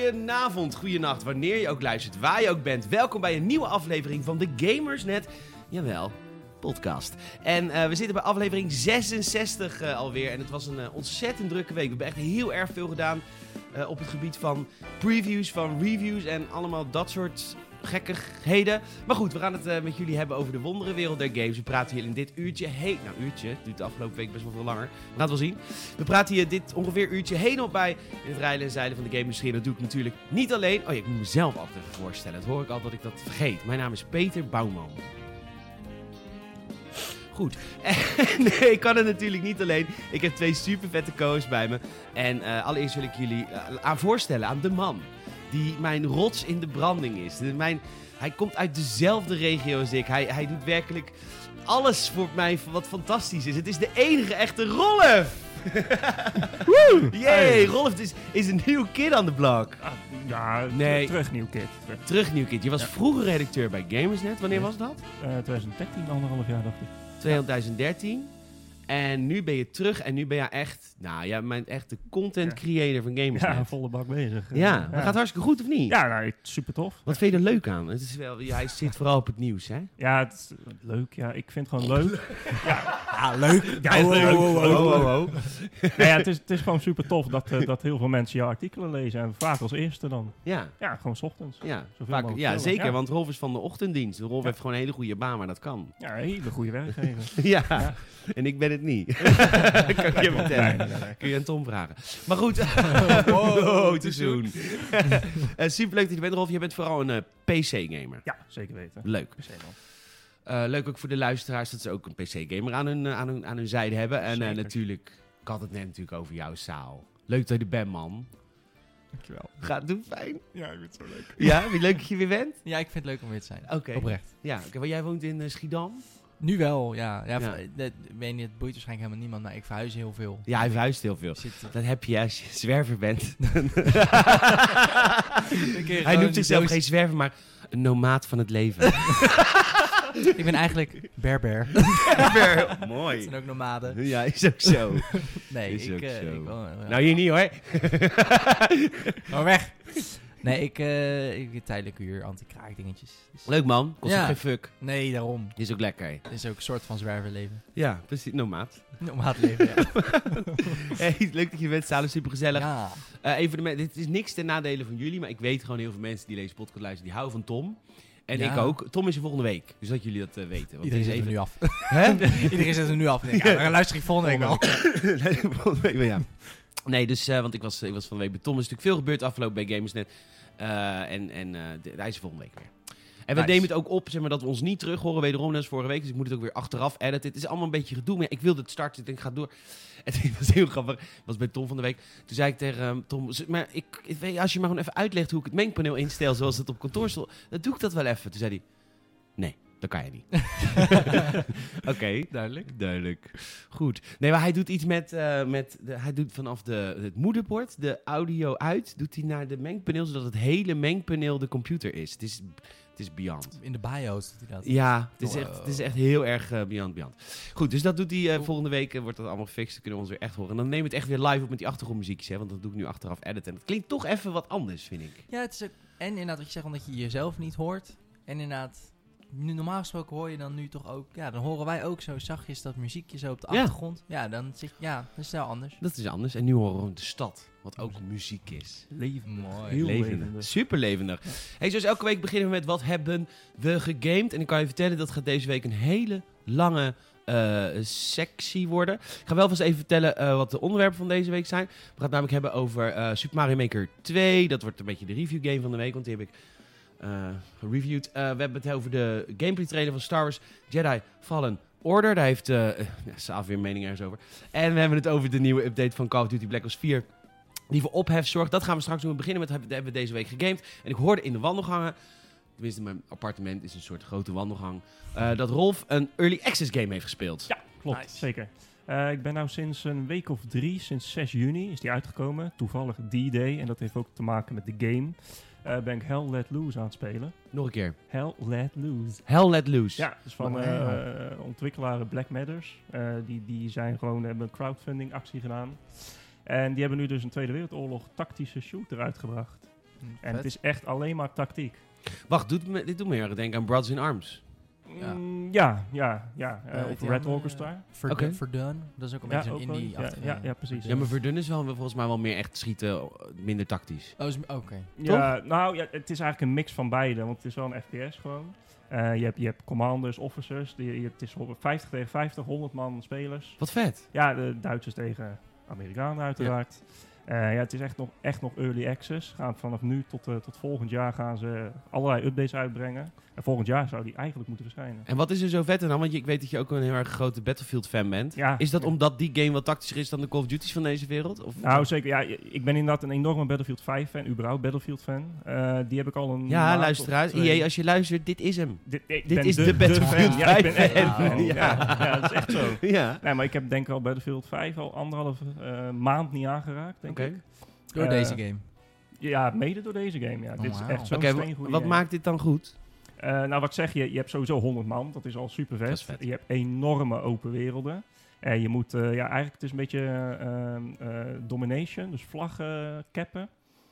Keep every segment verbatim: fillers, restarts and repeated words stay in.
Goedenavond, goedenacht, wanneer je ook luistert, waar je ook bent. Welkom bij een nieuwe aflevering van de Gamersnet, jawel, podcast. En uh, we zitten bij aflevering zesenzestig uh, alweer en het was een uh, ontzettend drukke week. We hebben echt heel erg veel gedaan uh, op het gebied van previews, van reviews en allemaal dat soort gekkigheden. Maar goed, we gaan het uh, met jullie hebben over de wonderenwereld der games. We praten hier in dit uurtje heen... Nou, uurtje. Het duurt de afgelopen week best wel veel langer. We gaan het wel zien. We praten hier dit ongeveer uurtje heen op bij in het rijden en zeilen van de game-industrie. En dat doe ik natuurlijk niet alleen. Oh ja, ik moet mezelf altijd even voorstellen. Dat hoor ik altijd dat ik dat vergeet. Mijn naam is Peter Bouwman. Goed. Nee, ik kan het natuurlijk niet alleen. Ik heb twee super vette co-hosts bij me. En uh, allereerst wil ik jullie uh, aan voorstellen aan de man die mijn rots in de branding is. De, mijn, hij komt uit dezelfde regio als ik. Hij, hij doet werkelijk alles voor mij wat fantastisch is. Het is de enige echte Rolf! Woe! Yay! Rolf is, is een nieuw kid aan de blok. Ah, ja, nee. terug nieuw kid. Terug, terug nieuw kid. Je was ja. vroeger redacteur bij Gamersnet. Wanneer ja. was dat? Uh, twintig dertien, anderhalf jaar dacht ik. twintig dertien. En nu ben je terug en nu ben je echt, nou ja, mijn echt de content creator van Gamersnet. Ja, volle bak bezig. Ja, ja. Maar gaat hartstikke goed of niet? Ja, nou, super tof. Wat vind je er leuk aan? Het is wel, ja, hij zit vooral op het nieuws, hè? Ja, het is leuk. Ja, ik vind het gewoon leuk. ja. ja, leuk. Ja, ja, leuk. Oh, oh, oh, oh, oh. nou ja, het is, het is gewoon super tof dat, uh, dat heel veel mensen jouw artikelen lezen. En vaak als eerste dan. Ja. Ja, gewoon 's ochtends. Ja, vaak, ja zeker. Ja. Want Rolf is van de ochtenddienst. Rolf ja. heeft gewoon een hele goede baan, maar dat kan. Ja, een hele goede werkgever. ja. ja, en ik ben het niet. kan ik je vertellen. Nee, nee, nee. Kun je aan Tom vragen. Maar goed. wow, te zoen. uh, superleuk dat je bent, Rolf. Je bent vooral een uh, P C-gamer. Ja, zeker weten. Leuk. P C-man. Uh, leuk ook voor de luisteraars dat ze ook een P C-gamer aan hun, uh, aan, hun, aan hun zijde hebben. En uh, natuurlijk, ik had het net natuurlijk over jouw zaal. Leuk dat je er bent, man. Dankjewel. Gaat het fijn? Ja, ik vind het zo leuk. Ja, vind je leuk dat je weer bent? Ja, ik vind het leuk om weer te zijn. Oké. Okay. Oprecht. Ja, oké. Okay, want jij woont in uh, Schiedam? Nu wel, ja. ja, ja. Ik weet niet, het boeit waarschijnlijk helemaal niemand, maar ik verhuis heel veel. Ja, hij verhuist heel veel. Zit, uh... Dat heb je als je zwerver bent. Hij noemt zichzelf geen zwerver, maar een nomaat van het leven. Ik ben eigenlijk berber. Berber, mooi. Dat zijn ook nomaden. Ja, is ook zo. Nee, is ik... ook Uh, zo. ik wel, uh, nou, hier niet hoor. Maar weg. Nee, ik, uh, ik tijdelijk huur anti-kraak dingetjes. Dus... Leuk man, kost ja. ook geen fuck. Nee, daarom. Is ook lekker. Het is ook een soort van zwerverleven. Ja, precies. Nomaat. Nomaatleven, ja. Hey, leuk dat je bent, Salem, super gezellig. Ja. Uh, even de me- dit is niks ten nadele van jullie, maar ik weet gewoon heel veel mensen die deze podcast luisteren, die houden van Tom. En ja. ik ook. Tom is er volgende week, dus dat jullie dat uh, weten. Want Iedereen zet even... er nu af. Iedereen zet er nu af. Ja, dan luister ik volgende week wel. volgende week wel, ja. Nee, dus, uh, want ik was, ik was van de week bij Tom. Er is natuurlijk veel gebeurd afgelopen bij Gamersnet. Uh, en en uh, de, hij is er volgende week weer. En we nice. nemen het ook op, zeg maar, dat we ons niet terug horen wederom net als vorige week. Dus ik moet het ook weer achteraf editen. Het is allemaal een beetje gedoe, maar ik wilde het starten. Ik ga door. En het was heel grappig. Het was bij Tom van de week. Toen zei ik tegen um, Tom, maar ik, ik weet, als je maar gewoon even uitlegt hoe ik het mengpaneel instel zoals het op kantoor stond, dan doe ik dat wel even. Toen zei hij, nee. Dat kan je niet. Oké. Okay. Duidelijk. Duidelijk. Goed. Nee, maar hij doet iets met... Uh, met de, hij doet vanaf de, het moederbord de audio uit. Doet hij naar de mengpaneel, zodat het hele mengpaneel de computer is. Het is, het is beyond. In de BIOS doet hij dat? Ja, het is, wow. echt, het is echt heel erg uh, beyond, beyond. Goed, dus dat doet hij uh, volgende week. Uh, wordt dat allemaal gefixt. Dan kunnen we ons weer echt horen. En dan neem het echt weer live op met die achtergrondmuziekjes. Hè, want dat doe ik nu achteraf editen. En het klinkt toch even wat anders, vind ik. Ja, het is ook... En inderdaad wat je zegt, omdat je jezelf niet hoort. En inderdaad... Nu, normaal gesproken hoor je dan nu toch ook... Ja, dan horen wij ook zo zachtjes dat muziekje zo op de ja. achtergrond. Ja, dan zit, ja, dat is wel anders. Dat is anders. En nu horen we de stad, wat ook muziek is. Leven, mooi. Heel levendig. levendig. Super levendig. Ja. Hey, zoals elke week beginnen we met wat hebben we gegamed. En ik kan je vertellen, dat gaat deze week een hele lange uh, sectie worden. Ik ga wel vast even vertellen uh, wat de onderwerpen van deze week zijn. We gaan het namelijk hebben over uh, Super Mario Maker twee. Dat wordt een beetje de review game van de week, want die heb ik... Uh, gereviewd. Uh, we hebben het over de gameplay trailer van Star Wars Jedi Fallen Order. Daar heeft uh, uh, Saaf weer een mening ergens over. En we hebben het over de nieuwe update van Call of Duty Black Ops vier. Die voor ophef zorgt. Dat gaan we straks doen. We beginnen met, hebben we deze week gegamed. En ik hoorde in de wandelgangen, tenminste mijn appartement is een soort grote wandelgang, uh, dat Rolf een Early Access game heeft gespeeld. Ja, klopt. Nice. Zeker. Uh, ik ben nou sinds een week of drie, sinds zes juni is die uitgekomen. Toevallig D-Day. En dat heeft ook te maken met de game. Uh, ben ik Hell Let Loose aan het spelen. Nog een keer. Hell Let Loose. Hell Let Loose. Ja, dus van uh, ontwikkelaar Black Matters. Uh, die, die zijn gewoon, hebben een crowdfunding actie gedaan. En die hebben nu dus een Tweede Wereldoorlog tactische shooter uitgebracht. En het is echt alleen maar tactiek. Wacht, doet me, dit doet me heel erg denken aan Brothers in Arms. Ja, mm, ja, ja. ja. Uh, Uh, of die Red hebben, Orchestra. Uh, Verdun, Okay. Verdun, dat is ook een Ja, beetje ook een wel. indie Ja, ja, ja, precies. Ja, maar Verdun is wel volgens mij wel meer echt schieten, minder tactisch. Oh, is- oké. Ja, nou ja, het is eigenlijk een mix van beide, want het is wel een F P S gewoon. Uh, je, hebt, je hebt commanders, officers, die, je, het is vijftig tegen vijftig, honderd man spelers. Wat vet. Ja, de Duitsers tegen Amerikanen uiteraard. Ja. Uh, ja, het is echt nog, echt nog early access. Gaan vanaf nu tot, uh, tot volgend jaar gaan ze allerlei updates uitbrengen. En volgend jaar zou die eigenlijk moeten verschijnen. En wat is er zo vet aan? Want je, ik weet dat je ook een heel erg grote Battlefield-fan bent. Ja, is dat ja. omdat die game wat tactischer is dan de Call of Duty's van deze wereld? Of? Nou, zeker. Ja, ik ben inderdaad een enorme Battlefield vijf fan. Überhaupt Battlefield fan. Uh, die heb ik al een Ja, luisteraars. I A, als je luistert, dit is hem. Dit, ik dit ben is de, de Battlefield fan. Ja, ik ben echt fan. een fan. Ja. Ja. Ja, dat is echt zo. Ja. Nee, maar ik heb denk ik al Battlefield vijf al anderhalve uh, maand niet aangeraakt, denk okay. ik. Door uh, deze game? Ja, mede door deze game. Ja. Oh, dit is wow. echt zo'n okay, steengoede Wat game. maakt dit dan goed? Uh, nou, wat ik zeg, je, je hebt sowieso honderd man. Dat is al super vet. Vet. Je hebt enorme open werelden. En uh, je moet, uh, ja, eigenlijk het is een beetje uh, uh, domination, dus vlaggen cappen.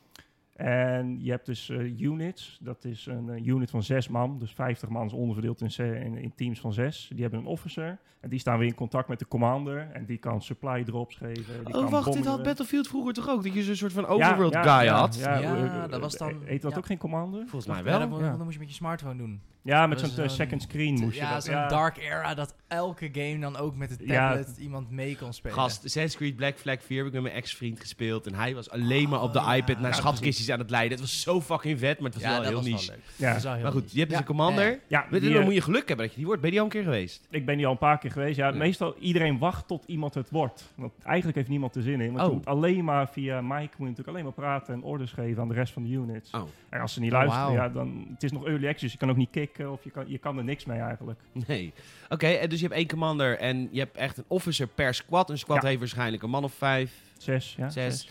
En je hebt dus uh, units. Dat is een uh, unit van zes man. Dus vijftig man is onderverdeeld in, in, in teams van zes. Die hebben een officer. En die staan weer in contact met de commander. En die kan supply drops geven. Die Oh, kan wacht, dit had bommen. Battlefield vroeger toch ook? Dat je zo'n soort van overworld ja, ja, guy ja, had? Ja, Ja, uh, dat was dan- Heet dat ja. ook geen commander? Volgens mij Ja, wel. dat, ja. dat moest je met je smartphone doen. Ja, met Dat zo'n is uh, zo'n- second screen moest je Ja, dat. zo'n ja. dark era dat elke game dan ook met de Ja. tablet iemand mee kon spelen. Gast, Assassin's Creed Black Flag vier heb ik met mijn ex-vriend gespeeld. En hij was alleen maar op de Oh, ja. iPad naar Ja, schatkistjes aan het leiden. Het was zo fucking vet, maar het was ja, wel dat heel was niche. wel leuk. Ja. Dat was wel heel Maar goed, niche. je hebt dus Ja, een commander. ja. Ja, Weet je, die, dan uh, moet je geluk hebben dat je die wordt. Ben je die al een keer geweest? Ik ben hier al een paar keer geweest. Ja, Ja. meestal iedereen wacht tot iemand het wordt. Want eigenlijk heeft niemand er zin in. Want Oh. je moet alleen maar via Mike moet je natuurlijk alleen maar praten en orders geven aan de rest van de units. Oh, En als ze niet Oh, luisteren, wauw. ja, dan het is nog early access. Je kan ook niet kicken of je kan, je kan er niks mee eigenlijk. nee. Oké, en dus je hebt één commander en je hebt echt een officer per squad. Een squad Ja. heeft waarschijnlijk een man of vijf, Zes, ja. zes.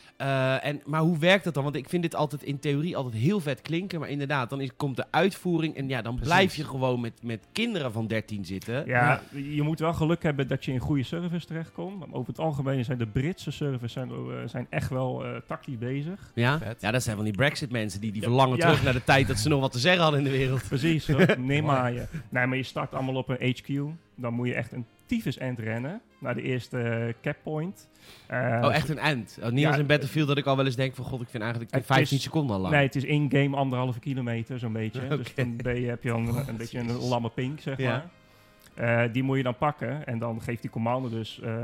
Uh, en, maar hoe werkt dat dan? Want ik vind dit altijd in theorie altijd heel vet klinken. Maar inderdaad, dan is, komt de uitvoering. En ja, dan Precies. blijf je gewoon met, met kinderen van dertien zitten. Ja, je moet wel geluk hebben dat je in goede servers terechtkomt. Maar over het algemeen zijn de Britse servers zijn, uh, zijn echt wel uh, tactisch bezig. Ja? Vet. Ja, dat zijn van die Brexit mensen die, die Ja, verlangen ja. terug naar de tijd dat ze nog wat te zeggen hadden in de wereld. Precies, hoor. Nee, maar je. Nee, maar je start allemaal op een H Q. Dan moet je echt een tyfus end rennen naar de eerste uh, cap point. Uh, Oh, echt een end. Oh, niet ja, als in Battlefield dat ik al wel eens denk van god, ik vind eigenlijk het vijftien is- seconden al lang. Nee, het is in-game anderhalve kilometer, zo'n beetje. Oké. Dus dan ben je, heb je dan een, een beetje een lamme pink, zeg Ja. maar. Uh, die moet je dan pakken. En dan geeft die commander dus uh,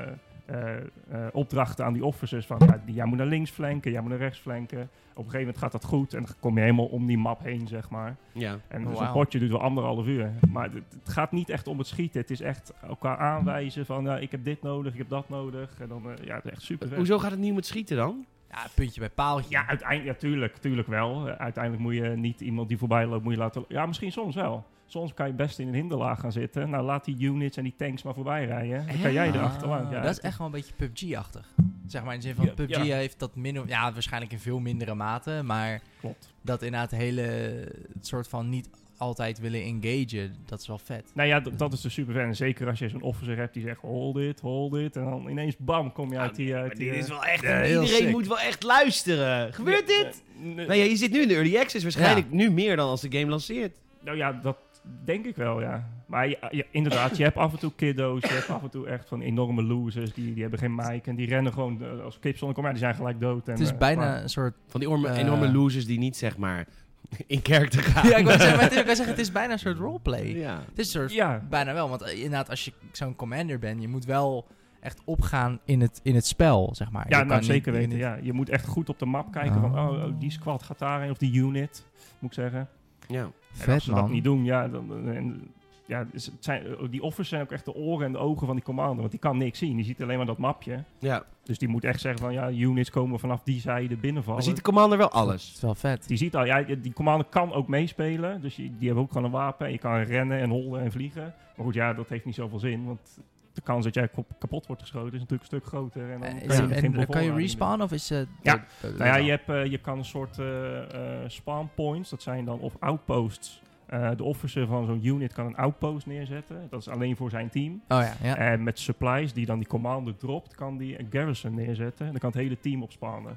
uh, uh, opdrachten aan die officers. Van, ja, die, jij moet naar links flanken, jij moet naar rechts flanken. Op een gegeven moment gaat dat goed. En dan kom je helemaal om die map heen, zeg maar. Ja. En Oh, zo'n wauw. potje duurt wel anderhalf uur. Maar het, het gaat niet echt om het schieten. Het is echt elkaar aanwijzen van... Uh, ik heb dit nodig, ik heb dat nodig. En dan, uh, ja, het is echt super vet. Hoezo gaat het niet om het schieten dan? Ja, puntje bij paaltje. Ja, uiteindelijk, ja, tuurlijk, tuurlijk wel. Uh, uiteindelijk moet je niet iemand die voorbij loopt, moet je laten... Ja, misschien soms wel. Soms kan je best in een hinderlaag gaan zitten. Nou, laat die units en die tanks maar voorbij rijden. Dan kan jij Ah, erachteraan. Ja, dat is echt wel een beetje P U B G-achtig. Zeg maar in de zin van, Ja, P U B G ja. heeft dat minder... Ja, waarschijnlijk in veel mindere mate. Maar Klopt. dat inderdaad hele... Het soort van niet altijd willen engagen. Dat is wel vet. Nou ja, d- dat is dus super vet. En zeker als je zo'n officer hebt die zegt, hold it, hold it. En dan ineens, bam, kom je uit die... Uit Maar die dit uh, is wel echt... Ja, heel iedereen sick. moet wel echt luisteren. Gebeurt ja, dit? uh, n- Nou ja, je zit nu in de early access. Waarschijnlijk nu meer dan als de game lanceert. Nou ja, dat denk ik wel, ja. Maar ja, ja, inderdaad, je hebt af en toe kiddo's, je hebt af en toe echt van enorme losers, die, die hebben geen mic en die rennen gewoon uh, als kip zonder kom, ja, die zijn gelijk dood. En, Het is uh, bijna klaar. een soort... Van die enorme, Eh. enorme losers die niet, zeg maar, in kerk te gaan. Ja, ik wou zeggen, maar het is- ik wou zeggen, het is bijna een soort roleplay. Ja. Het is een soort... Ja, Bijna wel, want eh, inderdaad, als je zo'n commander bent, je moet wel echt opgaan in het, in het spel, zeg maar. ja Je nou kan zeker niet- weten. niet- Ja. Je moet echt goed op de map kijken van, Oh. oh, oh, die squad gaat daarheen, of die unit, moet ik zeggen. Ja. En als Vet, ze man. dat niet doen, ja, dan... dan- en, ja, dus het zijn, die offers zijn ook echt de oren en de ogen van die commander, want die kan niks zien. Die ziet alleen maar dat mapje. Ja. Dus die moet echt zeggen van, ja, units komen vanaf die zijde binnenvallen. Maar ziet de commander wel Het alles? is wel vet. Die ziet al, ja, die commander kan ook meespelen. Dus die, die hebben ook gewoon een wapen. En je kan rennen en hollen en vliegen. Maar goed, ja, dat heeft niet zoveel zin. Want de kans dat jij kop- kapot wordt geschoten is natuurlijk een stuk groter. En dan Eh, kan is je het- geen en, kan je bevoorrading doen. respawnen of is het... Ja. de- de- Nou ja, de- je, hebt, eh, je kan een soort eh, eh, spawn points. Dat zijn dan of outposts. Eh, de officer van zo'n unit kan een outpost neerzetten. Dat is alleen voor zijn team. Oh ja, ja. En met supplies die dan die commander dropt, kan die een garrison neerzetten. En dan kan het hele team opspannen.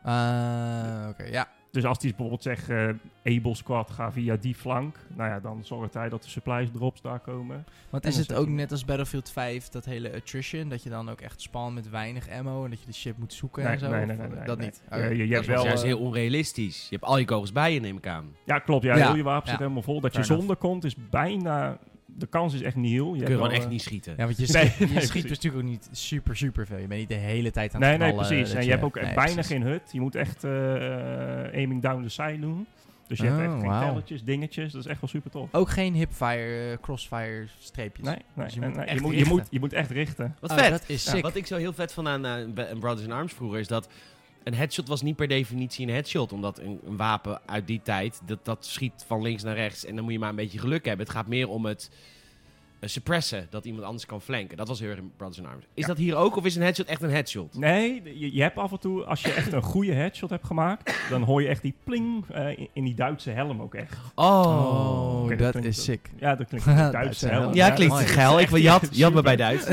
Uh, Oké, okay, ja. Dus als die bijvoorbeeld zegt, uh, Able Squad, ga via die flank. Nou ja, dan zorgt hij dat de supplies drops daar komen. Want is het ook net als Battlefield vijf, dat hele attrition, dat je dan ook echt spawn met weinig ammo en dat je de shit moet zoeken nee, en zo? Nee, nee, nee. nee dat nee. niet? Okay. Ja, je, je dat hebt wel, juist uh, heel onrealistisch. Je hebt al je kogels bij je, neem ik aan. Ja, klopt. Ja, ja. heel je wapen ja. zit helemaal vol. Dat Fair je zonder komt is bijna... De kans is echt nihil. Je Kun je gewoon wel, echt uh, niet schieten. Ja, want je, nee, schiet, je nee, schiet precies. natuurlijk ook niet super, super veel. Je bent niet de hele tijd aan nee, het nee, knallen. precies. En je, je hebt ook nee, bijna precies. geen hut. Je moet echt uh, aiming down the side doen. Dus je Oh, hebt echt geen wow. telletjes, dingetjes. Dat is echt wel super tof. Ook geen hipfire, uh, crossfire streepjes. Nee, nee, Dus je nee, moet nee. echt Je, moet, je, richten. moet, je moet echt richten. Wat Oh, vet. dat is Ja, sick. Wat ik zo heel vet vond aan uh, Brothers in Arms vroeger is dat een headshot was niet per definitie een headshot. Omdat een, een wapen uit die tijd, dat, dat schiet van links naar rechts en dan moet je maar een beetje geluk hebben. Het gaat meer om het uh, suppressen, dat iemand anders kan flanken. Dat was heel erg in Brothers in Arms. Is Ja. dat hier ook of is een headshot echt een headshot? Nee, je, je hebt af en toe, als je echt een goede headshot hebt gemaakt, dan hoor je echt die pling uh, in, in die Duitse helm ook echt. Oh, Oké, dat dat klinkt is zo. sick. Ja, dat klinkt als een Duitse Duitse helm. helm. Ja, klinkt mooi. geil. Ik, je had, je had me bij Duits.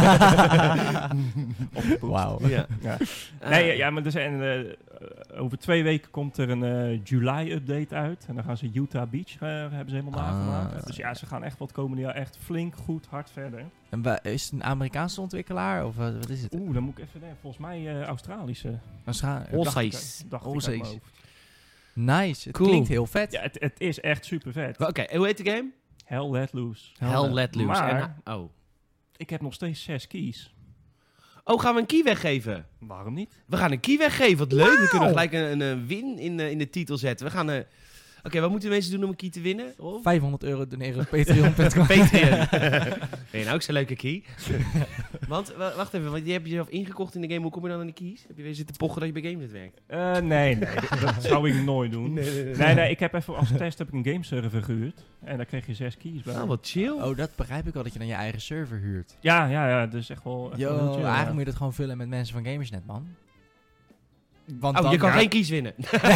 Wauw. Ja. Ja. Uh, Nee, ja, maar er zijn, uh, over twee weken komt er een uh, July-update uit. En dan gaan ze Utah Beach, uh, hebben ze helemaal Ah. nagemaakt. Dus ja, ze gaan echt wat komende jaar echt flink goed hard verder. En wa- is het een Amerikaanse ontwikkelaar of wat, wat is het? Oeh, dan moet ik even denken. Volgens mij uh, Australische. Australië. Os- Dacht ik, Osseis. dacht ik Osseis. uit mijn hoofd. Nice. Het Cool. klinkt heel vet. Ja, het, het is echt super vet. Oké, en hoe heet de game? Hell Let Loose. Hell Let Loose. Maar- En, oh. Ik heb nog steeds zes keys. oh, gaan we een key weggeven? Waarom niet? We gaan een key weggeven. Wat leuk. We kunnen gelijk een, een, een win in, uh, in de titel zetten. We gaan... Uh, Oké, okay, wat moeten de mensen doen om een key te winnen? Rolf? vijfhonderd euro doneren op patreon punt com. Patreon. Ben je nou ook zo'n leuke key? Want, w- wacht even, want die heb je zelf ingekocht in de game. Hoe kom je dan aan die keys? Heb je weer zitten pochen dat je bij GameNet werkt? Uh, nee, nee. dat, dat zou ik nooit doen. Nee, nee, nee. Nee, nee, ik heb even als test heb ik een gameserver gehuurd. En daar kreeg je zes keys bij. Oh, wat chill. Oh, dat begrijp ik wel, dat je dan je eigen server huurt. Ja, ja, ja. Dus echt wel... Echt Yo, wel heel chill, eigenlijk ja. moet je dat gewoon vullen met mensen van Gamersnet, man. Want Oh, dan- je kan Ja. geen keys winnen.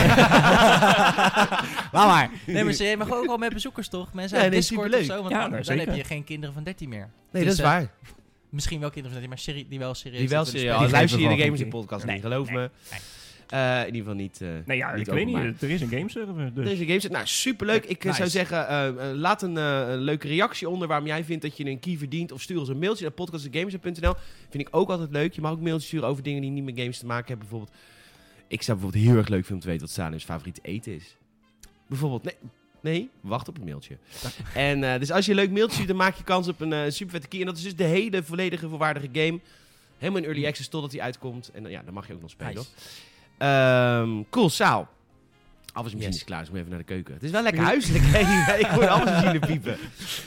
Laat maar. Nee, maar ze- je mag ook wel met bezoekers, toch? Mensen Ja, hebben nee, Discord of superleuk. zo, want Ja, dan, nou, dan heb zeker. je geen kinderen van dertien meer. Nee, Dus, dat is eh, waar. Misschien wel kinderen van dertien, maar seri- die wel serieus Die wel zitten serieus. te Al spelen. luister je de geven Gamers wel in podcast nee, niet, geloof nee, me. Uh, in ieder geval niet. Uh, Nee, ja, niet ik weet openbaar. niet. Er is een gameserver, dus... Er is een gameset. Nou, superleuk. Ik uh, Nice. zou zeggen, uh, uh, laat een, uh, een leuke reactie onder waarom jij vindt dat je een key verdient. Of stuur ons een mailtje naar podcast punt gamers punt n l. Vind ik ook altijd leuk. Je mag ook mailtjes sturen over dingen die niet met games te maken hebben. Bijvoorbeeld, ik zou bijvoorbeeld heel erg leuk vinden om te weten wat Salim's favoriete eten is. Bijvoorbeeld, nee, nee, wacht op een mailtje. En uh, dus als je een leuk mailtje stuurt, dan maak je kans op een uh, super vette key. En dat is dus de hele volledige volwaardige game. Helemaal in early access totdat hij uitkomt. En uh, ja, dan mag je ook nog spelen. Nice. Um, cool, Saal. Afwasmachine Yes. is klaar, dus ik moet even naar de keuken. Het is wel lekker huiselijk. hè? Ik hoor de afwasmachine piepen.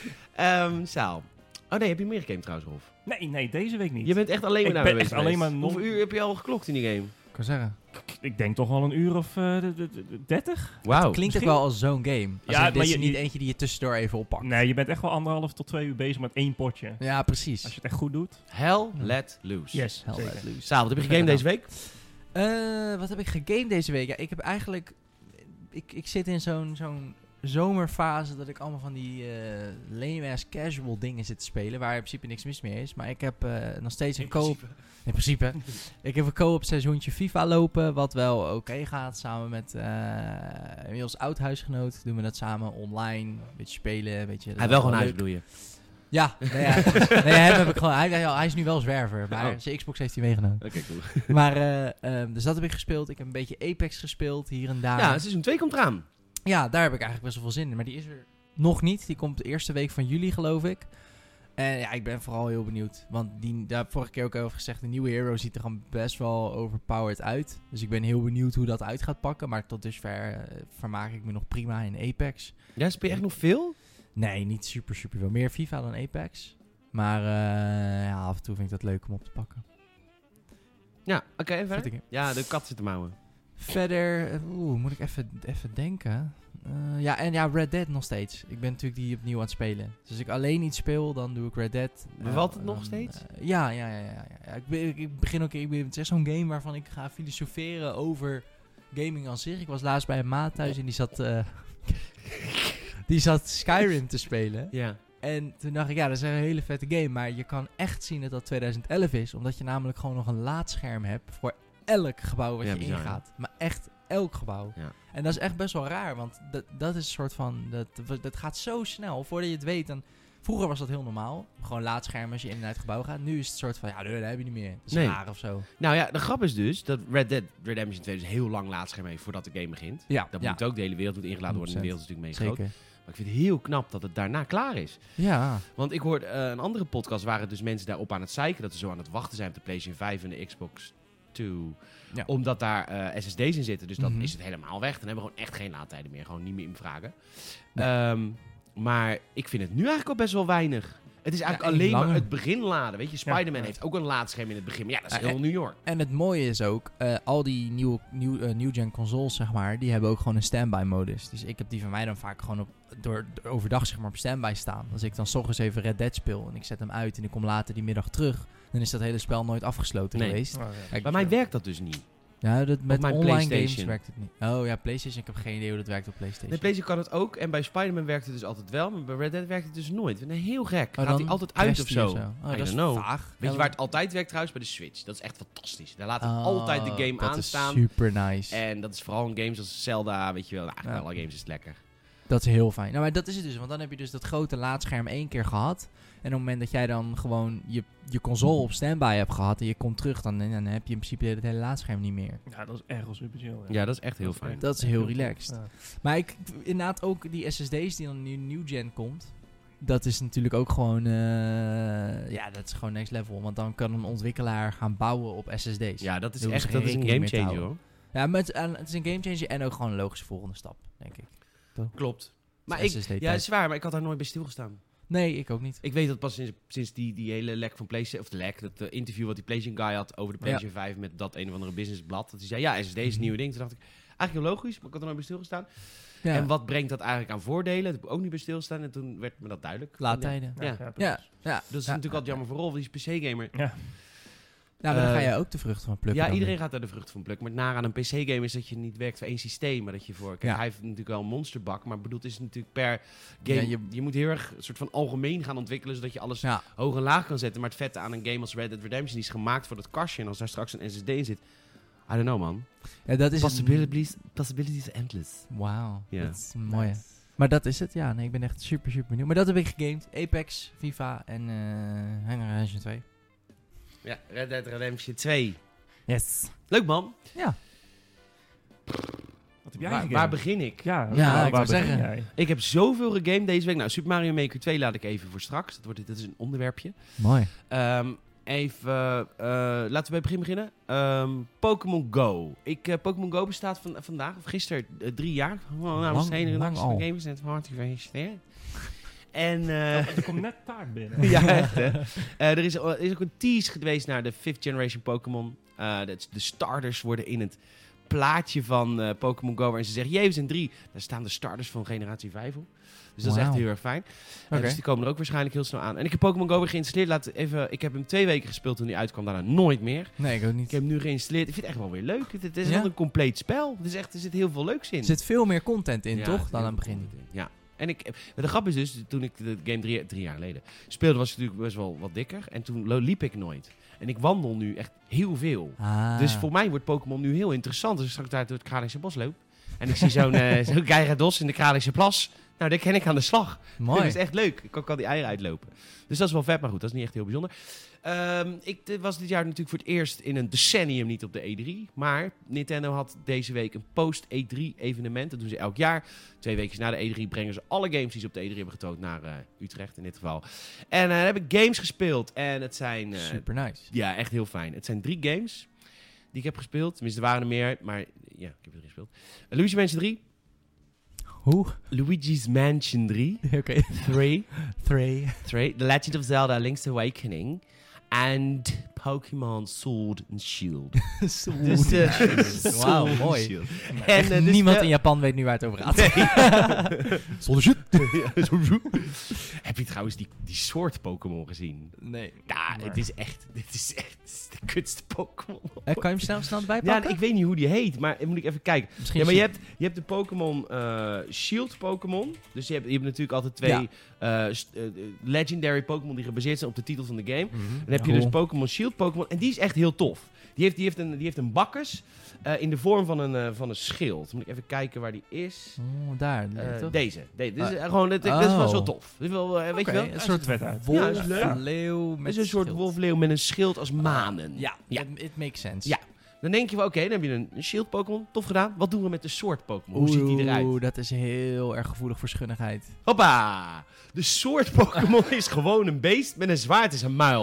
Um, Saal. Oh nee, heb je meer gegamed trouwens, Rolf? Nee, nee, deze week niet. Je bent echt alleen maar Ik naar ben bezig echt alleen geweest. maar non- Hoeveel uur heb je al geklokt in die game? Ik kan zeggen. Ik denk toch wel een uur of uh, de- de- de- dertig? Wauw. Klinkt misschien- ook wel als zo'n game. Als Ja, dit maar is je- niet je- eentje die je tussendoor even oppakt. Nee, je bent echt wel anderhalf tot twee uur bezig met één potje. Ja, precies. Als je het echt goed doet. Hell Let Loose. Yes, Hell zeker. let loose. Saal, wat heb je gegamed deze week? Eh, wat heb ik gegamed deze week? Ja, ik heb eigenlijk... Ik, ik zit in zo'n zo'n zomerfase dat ik allemaal van die uh, lame-ass casual dingen zit te spelen, waar in principe niks mis mee is. Maar ik heb uh, nog steeds een co-op... In principe. Ik heb een co-op seizoentje FIFA lopen, wat wel oké okay gaat. Samen met uh, inmiddels oud-huisgenoot doen we dat samen online. Een beetje spelen, een beetje... Hij wel gewoon huis, leuk. bedoel je? Ja, nee, ja. nee, hem heb ik gewoon... Hij, hij, hij is nu wel zwerver, maar Oh. zijn Xbox heeft hij meegenomen. Oké, cool. Maar, uh, um, dus dat heb ik gespeeld. Ik heb een beetje Apex gespeeld, hier en daar. Ja, seizoen twee komt eraan. Ja, daar heb ik eigenlijk best wel veel zin in. Maar die is er nog niet. Die komt de eerste week van juli, geloof ik. En ja, ik ben vooral heel benieuwd. Want die, daar heb ik vorige keer ook over gezegd, de nieuwe hero ziet er gewoon best wel overpowered uit. Dus ik ben heel benieuwd hoe dat uit gaat pakken. Maar tot dusver uh, vermaak ik me nog prima in Apex. Ja, speel je echt nog veel? Nee, niet super, super veel. Meer FIFA dan Apex. Maar uh, ja, af en toe vind ik dat leuk om op te pakken. Ja, oké, okay, en Vette verder? game. Ja, de kat zit te mouwen. Verder, uh, oeh, moet ik even, even denken. Uh, ja, en ja, Red Dead nog steeds. Ik ben natuurlijk die opnieuw aan het spelen. Dus als ik alleen iets speel, dan doe ik Red Dead. Bevalt het Uh, nog dan, steeds? uh, ja, ja, ja. ja, ja. ja ik, ben, ik, ik begin ook... Ik ben, het is echt zo'n game waarvan ik ga filosoferen over gaming aan zich. Ik was laatst bij een maat thuis en die zat... Uh, die zat Skyrim te spelen. Ja. En toen dacht ik, ja, dat is een hele vette game. Maar je kan echt zien dat dat twintig elf is. Omdat je namelijk gewoon nog een laadscherm hebt voor elk gebouw wat Ja, je bizar, ingaat. Maar echt elk gebouw. Ja. En dat is echt best wel raar, want dat, dat is een soort van... Dat, dat gaat zo snel, voordat je het weet. Dan, vroeger was dat heel normaal. Gewoon laadschermen als je in en uit het gebouw gaat. Nu is het een soort van, ja, dat heb je niet meer. Dat is Nee. raar of zo. Nou ja, de grap is dus dat Red Dead Redemption twee dus heel lang laadscherm heeft voordat de game begint. Ja, Dat ja. moet ook, de hele wereld moet ingeladen worden en de wereld is natuurlijk mee groot. Zeker. Maar ik vind het heel knap dat het daarna klaar is. Ja. Want ik hoorde uh, een andere podcast waren dus mensen daarop aan het zeiken dat ze zo aan het wachten zijn op de PlayStation vijf en de Xbox twee. Ja. Omdat daar uh, S S D's in zitten. Dus dan Mhm. is het helemaal weg. Dan hebben we gewoon echt geen laadtijden meer. Gewoon niet meer invragen. Nee. Um, maar ik vind het nu eigenlijk al best wel weinig. Het is eigenlijk Ja, alleen langer. maar het begin laden. Weet je, Spider-Man Ja, ja. heeft ook een laadscherm in het begin. Maar ja, dat is Ja, heel en- New York. En het mooie is ook, uh, al die nieuwe nieuw, uh, new-gen consoles, zeg maar, die hebben ook gewoon een standby modus. Dus ik heb die van mij dan vaak gewoon op, door, door overdag zeg maar, op standby staan. Als ik dan 's ochtends even Red Dead speel en ik zet hem uit en ik kom later die middag terug, dan is dat hele spel nooit afgesloten Nee. geweest. Oh, ja. Kijk, Bij mij werkt dat dus niet. Ja, dat, met mijn online PlayStation. games werkt het niet. Oh ja, PlayStation, ik heb geen idee hoe dat werkt op PlayStation. Bij PlayStation kan het ook. En bij Spider-Man werkt het dus altijd wel. Maar bij Red Dead werkt het dus nooit. Ik vind het heel gek. Oh, Gaat dan hij altijd uit crasht of hij zo? Oh, I dat is don't know. vaag. Weet Ja, je waar het altijd werkt trouwens? Bij de Switch. Dat is echt fantastisch. Daar laat hij Oh, altijd de game dat aanstaan. is super nice. En dat is vooral in games als Zelda, weet je wel. Nou, eigenlijk Ja. alle games is het lekker. Dat is heel fijn. Nou, maar dat is het dus. Want dan heb je dus dat grote laadscherm één keer gehad. En op het moment dat jij dan gewoon je, je console op standby hebt gehad en je komt terug, dan, dan heb je in principe het hele laadscherm niet meer. Ja, dat is echt wel super chill. Ja, dat is echt heel Dat is fijn. echt- Dat is heel tof. relaxed. Ja. Maar ik, inderdaad ook die S S D's die dan nu new gen komt. Dat is natuurlijk ook gewoon, eh, ja, dat is gewoon next level. Want dan kan een ontwikkelaar gaan bouwen op S S D's. Ja, dat is Daar hoeven echt ze dat geen is een rekening game mee te changer houden. hoor. Ja, maar het, en het is een game changer en ook gewoon een logische volgende stap, denk ik. Klopt. Maar S ik, S D ja, tijd. dat is waar, maar ik had daar nooit bij stilgestaan. Nee, ik ook niet. Ik weet dat pas sinds, sinds die, die hele lek van PlayStation, of de lek, dat uh, interview wat die PlayStation guy had over de PlayStation vijf met dat een of andere businessblad. Dat hij zei, ja, S S D is een nieuwe ding. Toen dacht ik, eigenlijk heel logisch, maar ik had er nooit bij stilgestaan. Ja. En wat brengt dat eigenlijk aan voordelen? Dat heb ik ook niet bij stilstaan. En toen werd me dat duidelijk. Laadtijden. Ja. Ja, Ja. ja, Ja, precies. ja. Dat is ja, natuurlijk altijd jammer voor Rolf, die is P C-gamer. Ja. Ja, maar dan Eh, ga jij ook de vruchten van plukken. Ja, dan iedereen weer. gaat daar de vrucht van plukken. Maar het nare aan een P C-game is dat je niet werkt voor één systeem, maar dat je voor... Kijk, Ja. hij heeft natuurlijk wel een monsterbak, maar bedoeld is het natuurlijk per game... Ja, je, je- moet heel erg een soort van algemeen gaan ontwikkelen, zodat je alles Ja, hoog en laag kan zetten. Maar het vette aan een game als Red Dead Redemption, die is gemaakt voor dat kastje. En als daar straks een S S D in zit... I don't know, man. ja dat is het. Possibilities, possibilities endless. Wauw, Ja. dat is mooi. Maar dat is het, ja. Nee, ik ben echt super, super benieuwd. Maar dat heb ik gegamed. Apex, FIFA en uh, Hang Redemption twee. Ja, Red Dead Redemption twee. Yes. Leuk, man. Ja. Wat heb jij Waar, gegamed? waar begin ik? Ja, Ja, waar, ik waar wou begin zeggen. jij? Ik heb zoveel gegamed deze week. Nou, Super Mario Maker twee laat ik even voor straks. Dat, wordt, dat is een onderwerpje. Mooi. Ehm, even, uh, laten we bij het begin beginnen. Ehm, Pokémon Go. Ik, uh, Pokémon Go bestaat van, vandaag, of gisteren, uh, drie jaar. Oh, nou, Lang- namens de hele lang redactie van al. Gamers net van harte gefeliciteerd. En... eh Er komt net taart binnen. ja, echt hè. Eh, er, is, er is ook een tease geweest naar de fifth generation Pokémon. Uh, dat is- de starters worden in het plaatje van uh, Pokémon Go. En ze zeggen, jee, we zijn drie. Daar staan de starters van generatie vijf op. Dus dat is echt Wauw. heel erg fijn. Uh, Oké. dus die komen er ook waarschijnlijk heel snel aan. En ik heb Pokémon Go weer geïnstalleerd. Laat even, ik heb hem twee weken gespeeld toen hij uitkwam. Daarna nooit meer. Nee, ik ook Ik niet. heb hem nu geïnstalleerd. Ik vind het echt wel weer leuk. Het, het is Ja? wel een compleet spel. Het is echt, er zit heel veel leuks in. Er zit veel meer content in, Ja, toch? er zit Dan aan heel het veel begin. content in. Ja. En ik, de grap is dus, toen ik de game drie, drie jaar geleden speelde, was ik natuurlijk best wel wat dikker. En toen lo- liep ik nooit. En ik wandel nu echt heel veel. Ah. Dus voor mij wordt Pokémon nu heel interessant. Als ik straks daar door het Kralingse bos loop. En ik zie zo'n uh, zo'n Gyarados in de Kralingse plas. Nou, daar ken ik aan de slag. Mooi. Dat is echt leuk. Ik kan ook al die eieren uitlopen. Dus dat is wel vet, maar goed, dat is niet echt heel bijzonder. Ehm, ik dit was dit jaar natuurlijk voor het eerst in een decennium niet op de E drie. Maar Nintendo had deze week een post-E drie evenement. Dat doen ze elk jaar. Twee weken na de E drie brengen ze alle games die ze op de E drie hebben getoond naar uh, Utrecht in dit geval. En uh, dan heb ik games gespeeld. En het zijn... uh, Super nice. ja, echt heel fijn. Het zijn drie games die ik heb gespeeld. Tenminste, er waren er meer. Maar ja, ik heb er drie gespeeld. Uh, Luigi Mansion drie. Hoe? Luigi's Mansion drie. Oké. three. Three. three. The Legend of Zelda Link's Awakening. And Pokémon Sword and Shield. Dus, uh, Wauw, Sword and mooi. Shield. En, En, uh, dus niemand wel- in Japan weet nu waar het over gaat. Nee. Zonder shit. Heb je trouwens die, die soort Pokémon gezien? Nee. Ja, Maar het is echt, dit is echt dit is de kutste Pokémon. Uh, kan je hem snel, snel erbij Ja, pakken? ik weet niet hoe die heet, maar moet ik even kijken. Misschien Ja, maar is je het- hebt, je hebt de Pokémon uh, Shield Pokémon. Dus je hebt, je hebt natuurlijk altijd twee Ja. uh, st- uh, Legendary Pokémon die gebaseerd zijn op de titel van de game. Mhm. Dan heb je Cool. dus Pokémon Shield Pokémon. En die is echt heel tof. Die heeft, die heeft, een, die heeft een bakkes uh, in de vorm van een, uh, van een schild. Moet ik even kijken waar die is. Oh, daar. Uh, toch? deze. De, dit is, Ah. uh, gewoon, dit, dit is wel Oh. zo tof. Dit is wel, uh, weet Oké, je wel? een Hij soort ziet er vet uit. wolf, Ja, is leuk. een leeuw Het met is een soort schild. wolfleeuw met een schild als manen. Ja, Ja. it, it makes sense. Ja. Dan denk je van, oké, okay, dan heb je een, een Shield Pokémon. Tof gedaan. Wat doen we met de Sword Pokémon? Hoe ziet die eruit? Oeh, dat is heel erg gevoelig voor schunnigheid. Hoppa! De Sword Pokémon is gewoon een beest met een zwaard in zijn muil.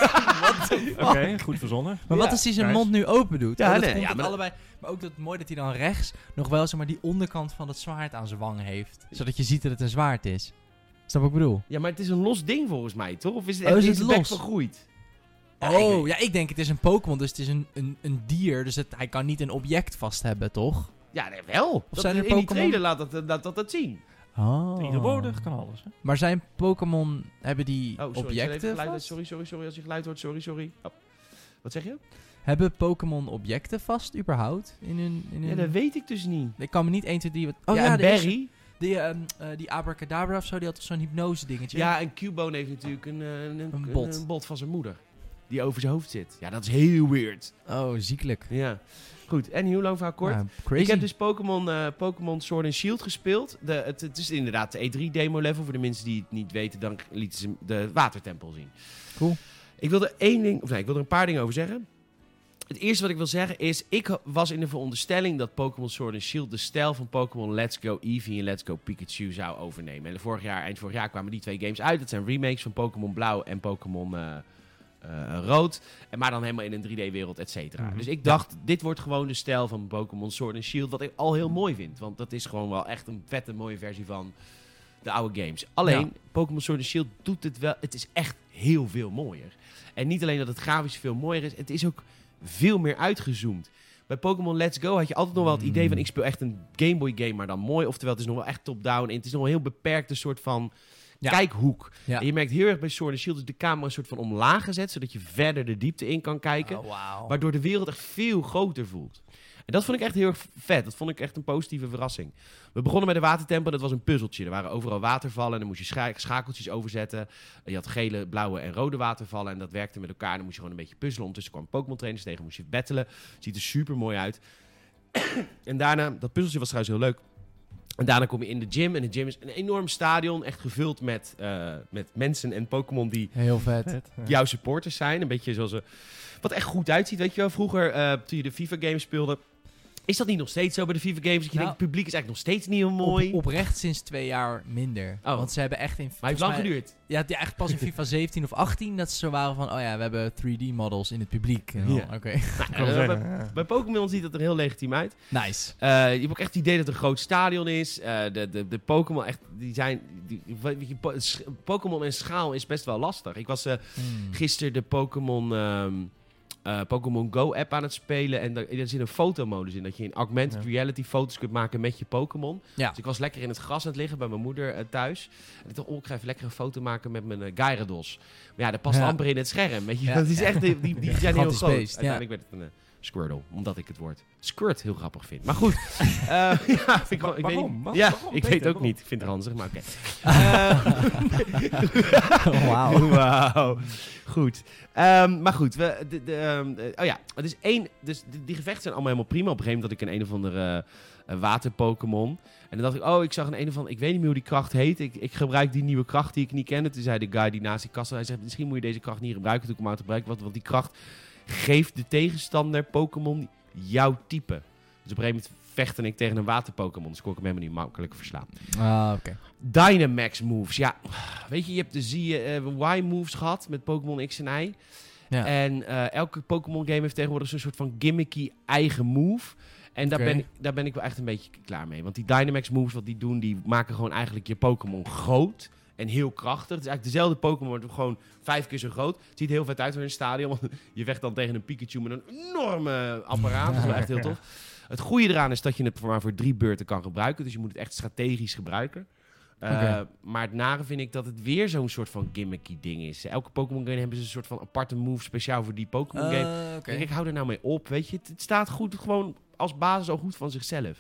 Oké, goed verzonnen. Maar Ja. wat als hij zijn Nice. mond nu open doet? Ja, Oh, dat nee, komt ja, het maar- allebei. Maar ook dat mooi dat hij dan rechts nog wel zeg maar, die onderkant van het zwaard aan zijn wang heeft. Zodat je ziet dat het een zwaard is. Snap wat ik bedoel? Ja, maar het is een los ding volgens mij, toch? Of is het Oh, echt is in het zijn bek los? vergroeid? Ja, ik Oh, weet- ja, ik denk het is een Pokémon, dus het is een, een, een dier. Dus het, hij kan niet een object vast hebben, toch? Ja, nee, wel. Dat, zijn er in die Pokémon- trailer laat dat, laat dat, dat zien. Oh. Tegenwoordig kan alles. Hè? Maar zijn Pokémon, hebben die Oh, sorry. ik zet even objecten geluid uit. vast? Sorry, sorry, sorry. Als je geluid hoort, sorry, sorry. Oh. Wat zeg je? Hebben Pokémon objecten vast, überhaupt? In hun, in Ja, hun... dat weet ik dus niet. Ik kan me niet één, twee, drie... Wat... Oh ja, ja, en de eerste- Barry. Die, ehm, eh, die Abracadabra of zo, die had toch zo'n hypnose dingetje? Ja, en Cubone heeft natuurlijk een, eh, een, Een bot. een bot van zijn moeder. Die over zijn hoofd zit. Ja, dat is heel weird. Oh, ziekelijk. Ja. Goed, en hoe lang verhaal kort? Ja, crazy. Ik heb dus Pokémon uh, Pokémon Sword and Shield gespeeld. De, het, het is inderdaad de E drie demo level. Voor de mensen die het niet weten, dan lieten ze de watertempel zien. Cool. Ik wil er één ding, of nee, ik wil er een paar dingen over zeggen. Het eerste wat ik wil zeggen is, ik was in de veronderstelling dat Pokémon Sword and Shield de stijl van Pokémon Let's Go Eevee en Let's Go Pikachu zou overnemen. En vorig jaar, eind vorig jaar kwamen die twee games uit. Dat zijn remakes van Pokémon Blauw en Pokémon uh, uh, Rood. En maar dan helemaal in een drie D-wereld, et cetera. Mm-hmm. Dus ik dacht, dit wordt gewoon de stijl van Pokémon Sword and Shield, wat ik al heel mooi vind. Want dat is gewoon wel echt een vette, mooie versie van de oude games. Alleen, Ja. Pokémon Sword and Shield doet het wel, het is echt heel veel mooier. En niet alleen dat het grafisch veel mooier is, het is ook veel meer uitgezoomd. Bij Pokémon Let's Go had je altijd nog wel het idee van, ik speel echt een Game Boy game, maar dan mooi. Oftewel, het is nog wel echt top-down en het is nog wel een heel beperkte soort van Ja. kijkhoek. Ja. En je merkt heel erg bij Sword and Shield is de camera een soort van omlaag gezet, zodat je verder de diepte in kan kijken. Oh, wauw. Waardoor de wereld echt veel groter voelt. En dat vond ik echt heel erg vet. Dat vond ik echt een positieve verrassing. We begonnen met de watertempel. Dat was een puzzeltje. Er waren overal watervallen. En dan moest je scha- schakeltjes overzetten. Je had gele, blauwe en rode watervallen. En dat werkte met elkaar. En dan moest je gewoon een beetje puzzelen. Ondertussen kwamen Pokémon trainers tegen. Moest je battelen. Ziet er super mooi uit. En daarna, dat puzzeltje was trouwens heel leuk. En daarna kom je in de gym. En de gym is een enorm stadion. Echt gevuld met, uh, met mensen en Pokémon die Heel vet. Vet, ja. jouw supporters zijn. Een beetje zoals... Uh, wat echt goed uitziet, weet je wel. Vroeger, uh, toen je de FIFA-games speelde... Is dat niet nog steeds zo bij de FIFA-games? Dat je Nou, denkt, het publiek is eigenlijk nog steeds niet heel mooi. Op, oprecht sinds twee jaar minder. Oh. Want ze hebben echt in... Maar het heeft lang volgens mij- geduurd. Ja, het- ja, echt pas in FIFA zeventien of achttien dat ze zo waren van... Oh ja, we hebben drie D-models in het publiek. En dan, Ja. Oké. Kan Uh, zeggen, bij ja. bij Pokémon ziet dat er heel legitiem uit. Nice. Uh, je hebt ook echt het idee dat het een groot stadion is. Uh, de de, de Pokémon echt, die zijn... die- weet je, po- sch- Pokémon en schaal is best wel lastig. Ik was uh, Hmm. gisteren de Pokémon... Um, Uh, Pokémon Go app aan het spelen. En daar, er zit een fotomodus in. Dat je in augmented Ja. reality foto's kunt maken met je Pokémon. Ja. Dus ik was lekker in het gras aan het liggen bij mijn moeder uh, thuis. En ik dacht, oh, ik ga even lekker een foto maken met mijn uh, Gyarados. Maar ja, dat past Ja. amper in het scherm. Weet je? Ja. Dat is echt, die, die, die zijn heel Gigantisch groot. beest, ja. Uiteindelijk werd het een uh, Squirtle. Omdat ik het woord Squirt heel grappig vind. Maar goed. uh, ja, vind ik, gewoon- ik weet Waarom? niet. Wat- Ja, waarom, ik Peter? weet ook Waarom? niet. Ik vind het ranzig, maar oké. Wauw. Wauw. Goed. Um, maar goed, we, de, de, um, uh, oh ja, het is één. Dus die, die gevechten zijn allemaal helemaal prima. Op een gegeven moment had ik een een of andere uh, water-Pokémon. En dan dacht ik, oh, ik zag een een of andere. Ik weet niet meer hoe die kracht heet. Ik, ik gebruik die nieuwe kracht die ik niet kende. Toen zei de guy die naast die kast zat, hij zegt, misschien moet je deze kracht niet gebruiken. Toen ik hem uit gebruiken, want, want die kracht geeft de tegenstander Pokémon jouw type. Dus op een gegeven moment vechtte ik tegen een water-Pokémon. Dus kon ik hem helemaal niet makkelijk verslaan. Ah, oké. Dynamax moves. Ja, weet je, je hebt de Z Y-moves gehad met Pokémon X en Y. Ja. En uh, elke Pokémon game heeft tegenwoordig zo'n soort van gimmicky eigen move. En daar, Oké. ben ik, daar ben ik wel echt een beetje klaar mee. Want die Dynamax moves, wat die doen, die maken gewoon eigenlijk je Pokémon groot. En heel krachtig. Het is eigenlijk dezelfde Pokémon, maar gewoon vijf keer zo groot. Het ziet heel vet uit voor een stadion. Want je vecht dan tegen een Pikachu met een enorme apparaat. Dat is wel echt heel tof. Het goede eraan is dat je het maar voor drie beurten kan gebruiken. Dus je moet het echt strategisch gebruiken. Uh, Okay. Maar het nare vind ik dat het weer zo'n soort van gimmicky ding is. Elke Pokémon game hebben ze een soort van aparte move speciaal voor die Pokémon game. Uh, Ik Oké. denk, ik hou er nou mee op, weet je. Het, het staat goed, gewoon als basis al goed van zichzelf.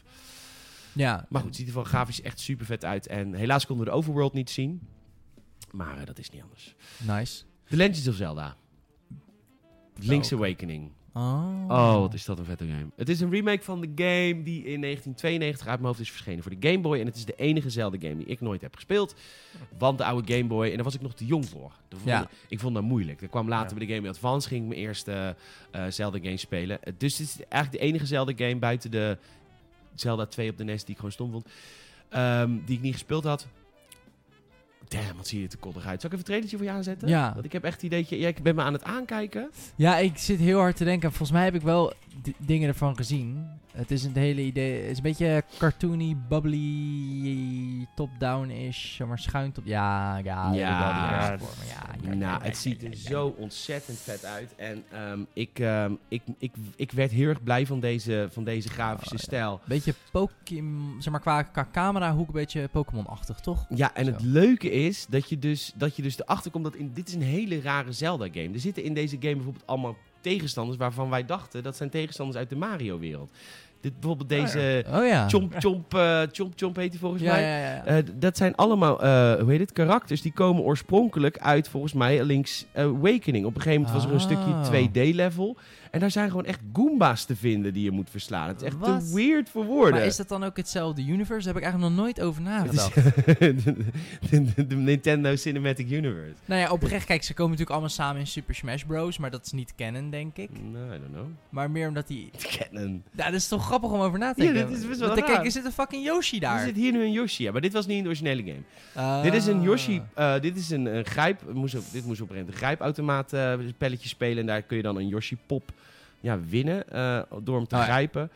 Ja. Maar goed, het ziet er van grafisch echt super vet uit. En helaas konden we de overworld niet zien. Maar uh, dat is niet anders. Nice. The Legend of Zelda. Link's Welke? Awakening. Oh. Oh, wat is dat een vette game. Het is een remake van de game die in negentien tweeënnegentig uit mijn hoofd is verschenen voor de Game Boy. En het is de enige Zelda game die ik nooit heb gespeeld. Want de oude Game Boy, en daar was ik nog te jong voor. Dat vond Ja. ik, ik vond dat moeilijk. Er kwam later Ja. bij de Game Boy Advance, ging ik mijn eerste uh, Zelda game spelen. Uh, dus het is eigenlijk de enige Zelda game buiten de Zelda twee op de N E S die ik gewoon stom vond. Um, die ik niet gespeeld had. Damn, wat zie je er te koddig uit. Zal ik even een trailertje voor je aanzetten? Ja. Want ik heb echt het idee, ja, ik ben me aan het aankijken. Ja, ik zit heel hard te denken. Volgens mij heb ik wel d- dingen ervan gezien. Het is een hele idee. Het is een beetje cartoony, bubbly, top-down-ish. Zeg maar schuin top. Ja, ja. Ja. ja, Ja, voor me, ja, ja, Nou, ja, het ja, ziet ja, er ja. zo ontzettend vet uit. En um, ik, um, ik, ik, ik werd heel erg blij van deze, van deze grafische Oh, ja. stijl. Beetje Pokémon, zeg maar qua, qua camerahoek een beetje Pokémon-achtig, toch? Ja, en het Zo. leuke is dat je dus, dat je dus erachter komt dat in, dit is een hele rare Zelda-game. Er zitten in deze game bijvoorbeeld allemaal tegenstanders waarvan wij dachten dat zijn tegenstanders uit de Mario-wereld. Dit, bijvoorbeeld deze Oh ja. Chomp Chomp, uh, Chomp Chomp heet hij volgens ja, mij. ja, ja, ja. Uh, d- dat zijn allemaal, uh, hoe heet het, karakters die komen oorspronkelijk uit, volgens mij, Link's Awakening. Op een gegeven moment was er een stukje Ah. twee D-level. En daar zijn gewoon echt Goomba's te vinden die je moet verslaan. Het is echt Wat? te weird voor woorden. Maar is dat dan ook hetzelfde universe? Daar heb ik eigenlijk nog nooit over Het is nagedacht. de, de- de Nintendo Cinematic Universe. Nou ja, oprecht, kijk, ze komen natuurlijk allemaal samen in Super Smash Bros. Maar dat is niet canon, denk ik. No, I don't know. Maar meer omdat die... Canon. Ja, dat is toch grappig om over na te Ja, denken. dit is best wel Want raar. kijk, er zit een fucking Yoshi Er daar. zit hier nu een Yoshi, ja, maar dit was niet in de originele game. Ah. Dit is een Yoshi, uh, dit is een, een grijp, moest op, dit moest op een een grijpautomaat uh, spelletje spelen. En daar kun je dan een Yoshi pop ja, winnen uh, door hem te Oh, ja. grijpen.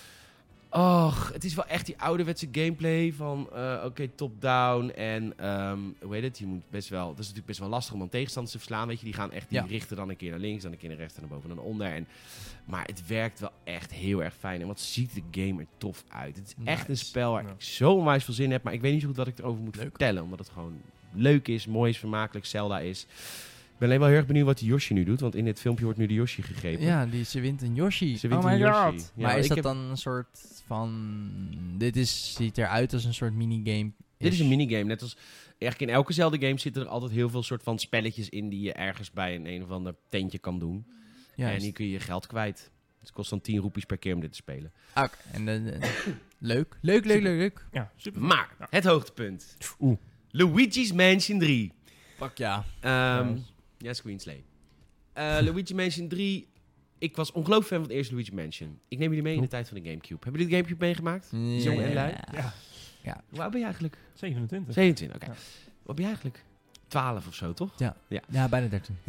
Och, het is wel echt die ouderwetse gameplay van, uh, oké, okay, top-down en, um, hoe heet het, je moet best wel, dat is natuurlijk best wel lastig om dan tegenstanders te verslaan, weet je, die gaan echt, die Ja. richten dan een keer naar links, dan een keer naar rechts, en naar boven en naar onder. En, maar het werkt wel echt heel erg fijn en wat ziet de game er tof uit. Het is echt een Nice. spel waar Ja. ik zo onwijs veel zin in heb, maar ik weet niet zo goed wat ik erover moet Leuk. vertellen, omdat het gewoon leuk is, mooi is, vermakelijk, Zelda is. Ik ben alleen wel heel erg benieuwd wat die Yoshi nu doet, want in dit filmpje wordt nu de Yoshi gegrepen. Ja, die, ze wint een Yoshi. Ze wint oh een my Yoshi. god. Ja, maar is ik dat heb- dan een soort van... Dit is, ziet eruit als een soort minigame. Dit is een minigame, net als eigenlijk in elke Zelda-game zitten er altijd heel veel soort van spelletjes in die je ergens bij een een of ander tentje kan doen. Ja, En hier kun je je geld kwijt. Het kost dan tien roepies per keer om dit te spelen. Oké, en eh, eh, leuk. Leuk, leuk, leuk, leuk. Ja, super. Maar, Ja. het hoogtepunt. Oeh. Luigi's Mansion drie. Fuck ja. Ehm Nice. ja, Screen Slay. Uh, Luigi Mansion drie. Ik was ongelooflijk fan van het eerste Luigi Mansion. Ik neem jullie mee in de Oeh. tijd van de Gamecube. Hebben jullie de Gamecube meegemaakt? Jong en lui? Ja, Hoe oud ben je eigenlijk? zevenentwintig. zevenentwintig, oké. Ja. Wat ben je eigenlijk? twaalf of zo, toch? Ja, bijna dertien.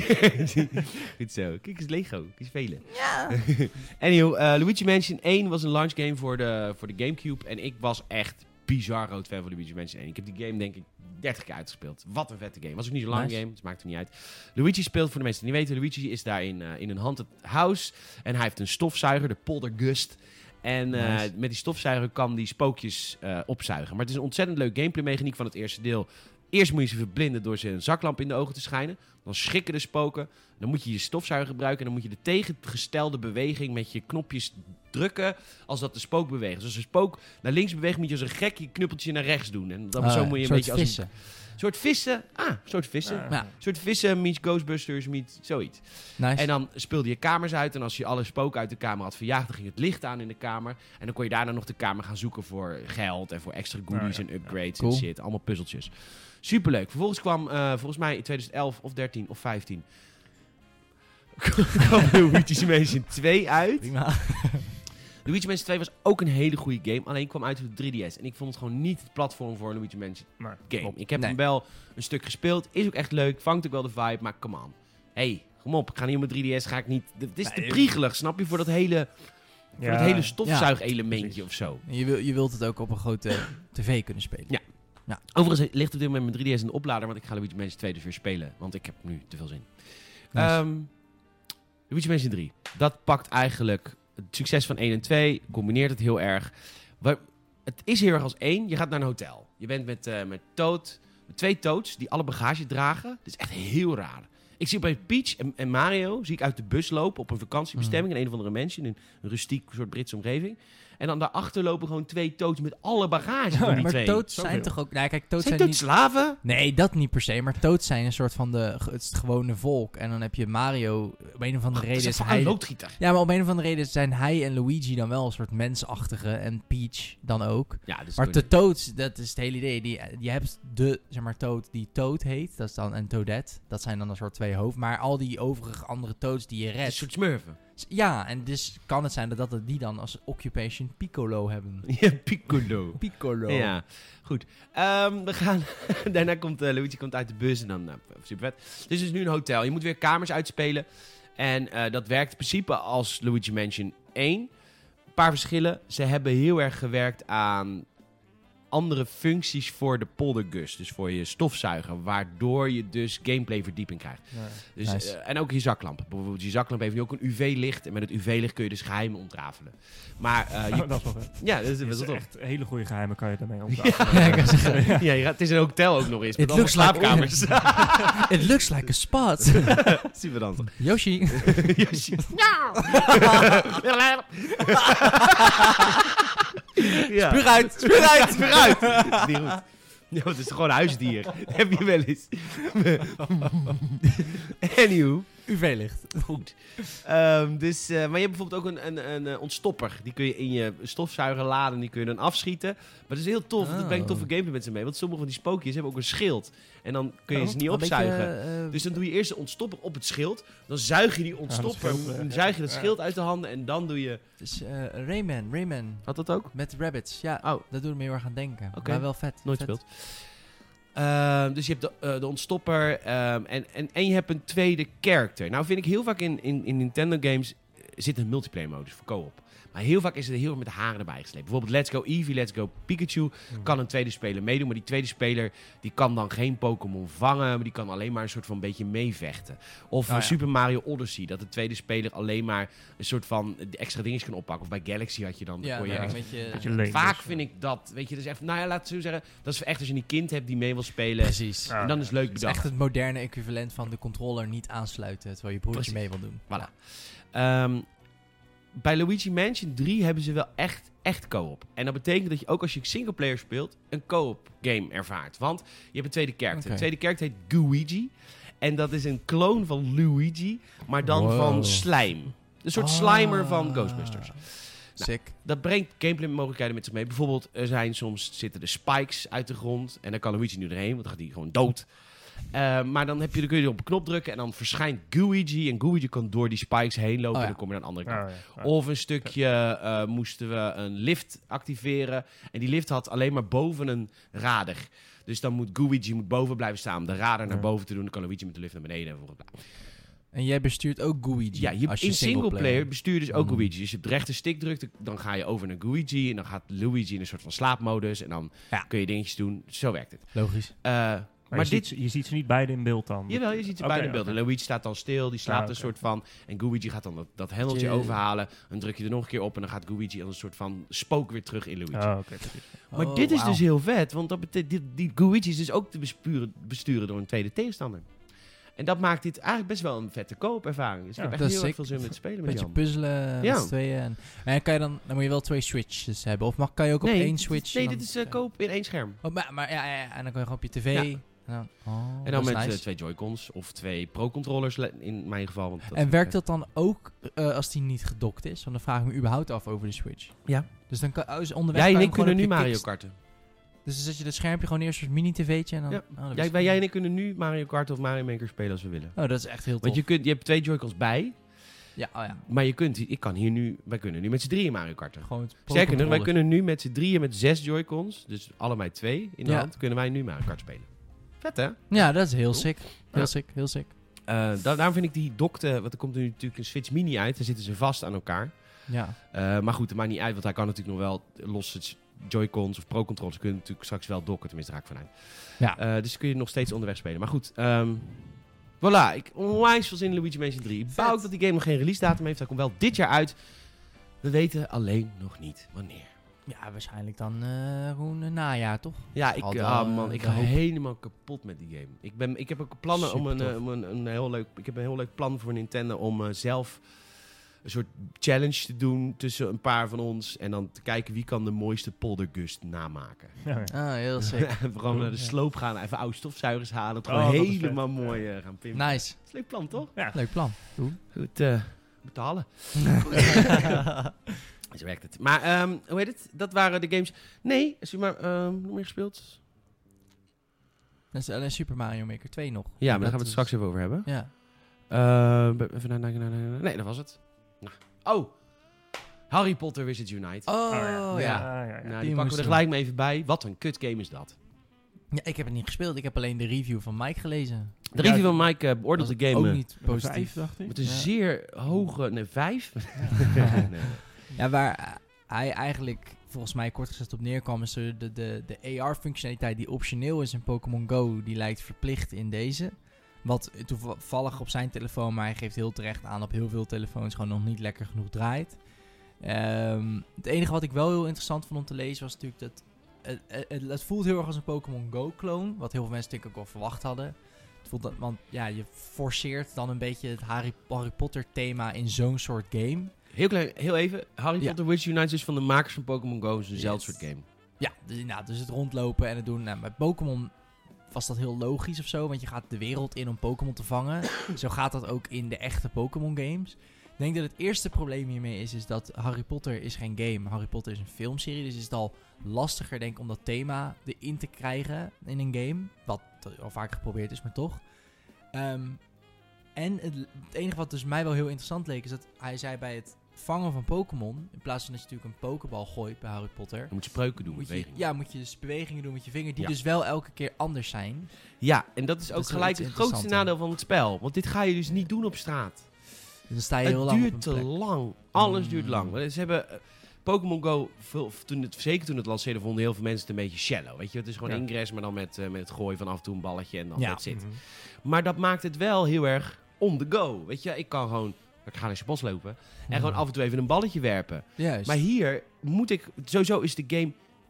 Goed zo. Kijk eens Lego. Kies velen. Ja. Anyhow, uh, Luigi Mansion één was een launch game voor de, voor de Gamecube. En ik was echt bizar groot fan van Luigi Mansion één. Ik heb die game denk ik dertig keer uitgespeeld. Wat een vette game. Was ook niet zo'n lang Nice. game, dus maakt er niet uit. Luigi speelt, voor de mensen die niet weten, Luigi is daar in, uh, in een haunted house. En hij heeft een stofzuiger, de Poltergust. En uh, Nice. met die stofzuiger kan die spookjes uh, opzuigen. Maar het is een ontzettend leuk gameplay mechaniek van het eerste deel. Eerst moet je ze verblinden door ze een zaklamp in de ogen te schijnen. Dan schrikken de spoken. Dan moet je je stofzuiger gebruiken. En dan moet je de tegengestelde beweging met je knopjes drukken als dat de spook beweegt. Dus als een spook naar links beweegt, moet je als een gek je knuppeltje naar rechts doen. En dan Ah, zo moet je een soort beetje als vissen. een soort vissen. Ah, een soort vissen. Ja. Ja, Een soort vissen meets Ghostbusters meets zoiets. nice. En dan speelde je kamers uit. En als je alle spoken uit de kamer had verjaagd, dan ging het licht aan in de kamer. En dan kon je daarna nog de kamer gaan zoeken voor geld en voor extra goodies Ja, ja, en upgrades Cool. en shit. Allemaal puzzeltjes. Superleuk. Vervolgens kwam, uh, volgens mij in twintig elf of dertien of vijftien... kwam Luigi's Mansion twee uit. Prima. Luigi Mansion twee was ook een hele goede game. Alleen kwam uit op de drie D S. En ik vond het gewoon niet het platform voor een Luigi Mansion Maar, game. klopt. Ik heb Nee. hem wel een stuk gespeeld. Is ook echt leuk. Vangt ook wel de vibe. Maar come on. Hey, kom op. Ik ga niet op mijn drie D S. Ga ik niet... Het is te Nee. priegelig, snap je? Voor dat hele, voor dat Ja, hele stofzuigelementje precies. of zo. En je, wil, je wilt het ook op een grote tv kunnen spelen. Ja. Overigens ligt het weer met mijn drie D S in de oplader. Want ik ga Luigi Mansion twee dus weer spelen. Want ik heb nu te veel zin. Nice. Ehm Luigi Mansion drie. Dat pakt eigenlijk het succes van één en twee. Combineert het heel erg. Waar, het is heel erg als één. Je gaat naar een hotel. Je bent met, uh, met Toad, met twee Toads die alle bagage dragen. Dat is echt heel raar. Ik zie bij Peach en, en Mario zie ik uit de bus lopen op een vakantiebestemming in een of andere mansion, in een rustiek soort Britse omgeving. En dan daarachter lopen gewoon twee Toads met alle bagage van die maar twee. Toads zijn Zoveel. toch ook... Nou, kijk, Toads Zijn zijn, Toads niet... slaven? Nee, dat niet per se. Maar Toads zijn een soort van de, het, het gewone volk. En dan heb je Mario... Op een of andere Dat reden is is een hij... loodgieter. Ja, maar op een of andere reden zijn hij en Luigi dan wel een soort mensachtige. En Peach dan ook. Ja, dus Maar de Toads, dat is het hele idee. Die, je hebt de, zeg maar, Toad die Toad heet. Dat is dan een Toadette. Dat zijn dan een soort twee hoofd. Maar al die overige andere Toads die je een redt... soort smurfen. Ja, en dus kan het zijn dat, dat die dan als occupation Piccolo hebben. Ja, Piccolo. Piccolo. Ja, goed. Um, we gaan... Daarna komt uh, Luigi komt uit de bus en dan... Nou, super vet. Dit is dus nu een hotel. Je moet weer kamers uitspelen. En uh, dat werkt in principe als Luigi Mansion één. Een paar verschillen. Ze hebben heel erg gewerkt aan andere functies voor de poldergus. Dus voor je stofzuiger. Waardoor je dus gameplay verdieping krijgt. Ja. Dus, Nice. uh, en ook je zaklamp. Bijvoorbeeld je zaklamp heeft nu ook een U V-licht. En met het U V-licht kun je dus geheimen ontrafelen. Maar uh, je... Oh, dat is wel vet. Ja, dat is Dat best is wel tof. echt hele goede geheimen kan je daarmee Ja, ontdekken. ik kan zeggen. Ja, je gaat, het is een hotel ook nog eens. Met It allemaal looks like- slaapkamers. It looks like a spot. Super dan. Yoshi. Yoshi. Ja. Spuug uit. Spuug uit, spuug uit. Dat is niet goed. Ja, het is gewoon een huisdier. Heb je wel eens. Anywho. U V-licht. Goed. Um, dus, uh, maar je hebt bijvoorbeeld ook een, een, een uh, ontstopper. Die kun je in je stofzuiger laden. Die kun je dan afschieten. Maar dat is heel tof. Oh. Dat brengt toffe gameplay met ze mee. Want sommige van die spookjes hebben ook een schild. En dan kun je Oh, ze niet Een beetje, opzuigen. eh, Dus dan doe je eerst de ontstopper op het schild. Dan zuig je die ontstopper. schild, eh, dan zuig je dat ja. schild uit de handen. En dan doe je... dus, uh, Rayman, Rayman. Had dat ook? Met rabbits. Ja, Oh. dat doet me heel erg aan denken. Oké. Maar wel vet. Nooit vet. gespeeld. Uh, dus je hebt de, uh, de ontstopper um, en, en, en je hebt een tweede character. Nou vind ik heel vaak in, in, in Nintendo games zit een multiplayer modus voor co-op. Maar heel vaak is het heel erg met de haren erbij gesleept. Bijvoorbeeld Let's Go Eevee, Let's Go Pikachu kan een tweede speler meedoen. Maar die tweede speler die kan dan geen Pokémon vangen. Maar die kan alleen maar een soort van beetje meevechten. Of Oh, ja. Super Mario Odyssey. Dat de tweede speler alleen maar een soort van de extra dingetjes kan oppakken. Of bij Galaxy had je dan... Ja, kon je nou, extra- een beetje... Beetje leem. Vaak dus, vind ik dat, weet je, dus echt, nou ja, laat het zo zeggen, dat is echt als je een kind hebt die mee wil spelen. Precies. Ja. En dan is het leuk Het is bedacht. echt het moderne equivalent van de controller niet aansluiten terwijl je broertje Precies. mee wil doen. Voilà. Ehm, bij Luigi Mansion drie hebben ze wel echt, echt co-op. En dat betekent dat je ook als je singleplayer speelt, een co-op game ervaart. Want je hebt een tweede character. Oké. De tweede character heet Gooigi. En dat is een kloon van Luigi, maar dan Wow. van slime. Een soort Ah. slimer van Ghostbusters. Sick. Dat brengt gameplay mogelijkheden met zich mee. Bijvoorbeeld, er zijn soms zitten er spikes uit de grond. En dan kan Luigi nu erheen, want dan gaat hij gewoon dood. Uh, maar dan, heb je, dan kun je op een knop drukken en dan verschijnt Gooigi. En Gooigi kan door die spikes heen lopen Oh, ja. en dan kom je aan de andere kant. ja, ja. Of een stukje uh, moesten we een lift activeren. En die lift had alleen maar boven een radar. Dus dan moet Gooigi moet boven blijven staan om de radar naar Ja. boven te doen. Dan kan Luigi met de lift naar beneden en volgens mij. En jij bestuurt ook Gooigi. Ja, je, als je in singleplayer bestuur je dus ook Mm. Gooigi. Dus je hebt de rechter stick drukt, dan ga je over naar Gooigi. En dan gaat Luigi in een soort van slaapmodus. En dan Ja. kun je dingetjes doen. Zo werkt het. Logisch. Uh, Maar, maar je, dit... ziet, ze- je ziet ze niet beide in beeld dan? Jawel, je ziet ze Oké, beide in beeld. oké. En Luigi staat dan stil, die slaapt Ah, een oké. soort van... En Gooigi gaat dan dat, dat hendeltje Je- overhalen. Dan druk je er nog een keer op en dan gaat Gooigi als een soort van spook weer terug in Luigi. Oh, oké. precies. Maar Oh, dit is wauw. dus heel vet, want dat betekent, die, die Gooigi is dus ook te besturen, besturen door een tweede tegenstander. En dat maakt dit eigenlijk best wel een vette co-op-ervaring. Dus ik Ja, heb dat echt is heel erg sick. veel zin met te spelen met Beetje Jan. puzzelen Ja. met z'n tweeën. En, en kan je dan, dan moet je wel twee switches hebben. Of mag, kan je ook op nee, één dit- switch? Nee, en dan- dit is uh, co-op in één scherm. Oh, maar, maar ja, ja, ja, en dan kan je gewoon op je tv. Ja. En dan, oh, En dat dan is met nice. uh, twee Joy-Cons of twee Pro-controllers le- in mijn geval. Want dat En is werkt vet. dat dan ook uh, als die niet gedokt is? Want dan vraag ik me überhaupt af over de Switch. Ja. Dus dan kan oh, dus onderweg Jij en kan je ik hem kunnen nu gewoon op je Mario kickst- karten. Dus dan zet je dat schermpje gewoon eerst als mini-tv'tje en dan... Ja. Oh, dat Jij, wist wij, ik jij en niet. ik kunnen nu Mario Kart of Mario Maker spelen als we willen. Oh, dat is echt heel tof. Want je, kunt, je hebt twee Joy-Cons bij, Ja, oh ja. maar je kunt, ik kan hier nu, wij kunnen nu met z'n drieën Mario karten. Gewoon het Sterker nog, wij pro-controller. kunnen nu met z'n drieën met zes Joy-Cons, dus allebei twee in de Ja. hand, kunnen wij nu Mario Kart spelen. Vet hè? Ja, dat is heel sick. Heel Ja. sick, heel sick. Uh, da- daarom vind ik die dokter, want er komt nu natuurlijk een Switch Mini uit, daar zitten ze vast aan elkaar. Ja. Uh, maar goed, het maakt niet uit, want hij kan natuurlijk nog wel losse Joy-Cons of Pro-controllers kunnen natuurlijk straks wel dokken, tenminste daar ga ik vanuit. Ja. Uh, dus kun je nog steeds onderweg spelen. Maar goed, um, voilà, ik onwijs veel zin in Luigi Mansion drie. Ik Vet. bouw ook dat die game nog geen release datum heeft, hij komt wel dit jaar uit. We weten alleen nog niet wanneer. Ja, waarschijnlijk dan uh, gewoon een najaar, toch? Ja, ik, Al ah, dan, man, uh, ik de ga hoop. helemaal kapot met die game. Ik, ben, ik heb ook plannen om, een, Supertof. uh, om een, een heel leuk... Ik heb een heel leuk plan voor Nintendo om uh, zelf een soort challenge te doen tussen een paar van ons. En dan te kijken wie kan de mooiste poldergust namaken. Ja, ja. Ah, heel sick. Gewoon naar de Ja. sloop gaan, even oude stofzuigers halen. Het Oh, gewoon dat is helemaal vet. mooi uh, gaan pimpen. Nice. Dat is een leuk plan, toch? Leuk plan. Goed, uh, betalen. Zo werkt het. Maar, um, hoe heet het? Dat waren de games... Nee, is u maar um, nog meer gespeeld? Dat is alleen Super Mario Maker twee nog. Ja, maar daar Dat gaan we het is- straks even over hebben. Ja. Uh, even naar, naar, naar, naar... Nee, dat was het. Nou. Oh! Harry Potter Wizards Unite. Oh, ja. ja. Ja. Ja, ja, ja. nou, die die pakken we moesten er we. gelijk mee even bij. Wat een kut game is dat. Ja, ik heb het niet gespeeld. Ik heb alleen de review van Mike gelezen. De Ja, review van Mike uh, beoordeelt Was de game ook uh, niet positief. Vijf, dacht ik. met een Ja. zeer hoge... Nee, vijf? Ja. nee. Ja, waar uh, hij eigenlijk volgens mij kort gezegd op neerkwam, is er de, de, de A R-functionaliteit die optioneel is in Pokémon Go, die lijkt verplicht in deze. Wat toevallig op zijn telefoon, maar hij geeft heel terecht aan, op heel veel telefoons gewoon nog niet lekker genoeg draait. Um, het enige wat ik wel heel interessant vond om te lezen was natuurlijk dat het, het, het voelt heel erg als een Pokémon Go-clone, wat heel veel mensen denk ik ook al verwacht hadden. Het voelt dat, want ja, je forceert dan een beetje het Harry, Harry Potter thema in zo'n soort game. Heel klein, heel even. Harry Ja. Potter Wizards Unite is van de makers van Pokémon Go. is eenzelfde Yes. soort game. Ja, dus, nou, dus het rondlopen en het doen. Nou, bij Pokémon was dat heel logisch of zo, want je gaat de wereld in om Pokémon te vangen. Zo gaat dat ook in de echte Pokémon games. Ik denk dat het eerste probleem hiermee is, is dat Harry Potter is geen game. Harry Potter is een filmserie, dus is het al lastiger denk ik om dat thema erin te krijgen in een game. Wat al vaak geprobeerd is, maar toch. Um, en het, het enige wat dus mij wel heel interessant leek, is dat hij zei bij het vangen van Pokémon, in plaats van dat je natuurlijk een Pokéball gooit bij Harry Potter, Dan moet je spreuken doen, moet je, bewegingen. ja, moet je dus bewegingen doen met je vinger, die Ja. dus wel elke keer anders zijn. Ja, en dat is ook Dat is wel gelijk iets het grootste interessanter. nadeel van het spel. Want dit ga je dus niet doen op straat. Dus dan sta je heel Het lang op duurt een te plek. lang. Alles Mm. duurt lang. Ze hebben uh, Pokémon Go, veel, toen het, zeker toen het lanceerde, vonden heel veel mensen het een beetje shallow. Weet je, het is gewoon Ja. ingress, maar dan met, uh, met het gooien van af en toe een balletje en dan Ja. that's it. Mhm. Maar dat maakt het wel heel erg on the go. Weet je, ik kan gewoon, ik ga naar je bos lopen en gewoon af en toe even een balletje werpen. Juist. Maar hier moet ik, sowieso is de game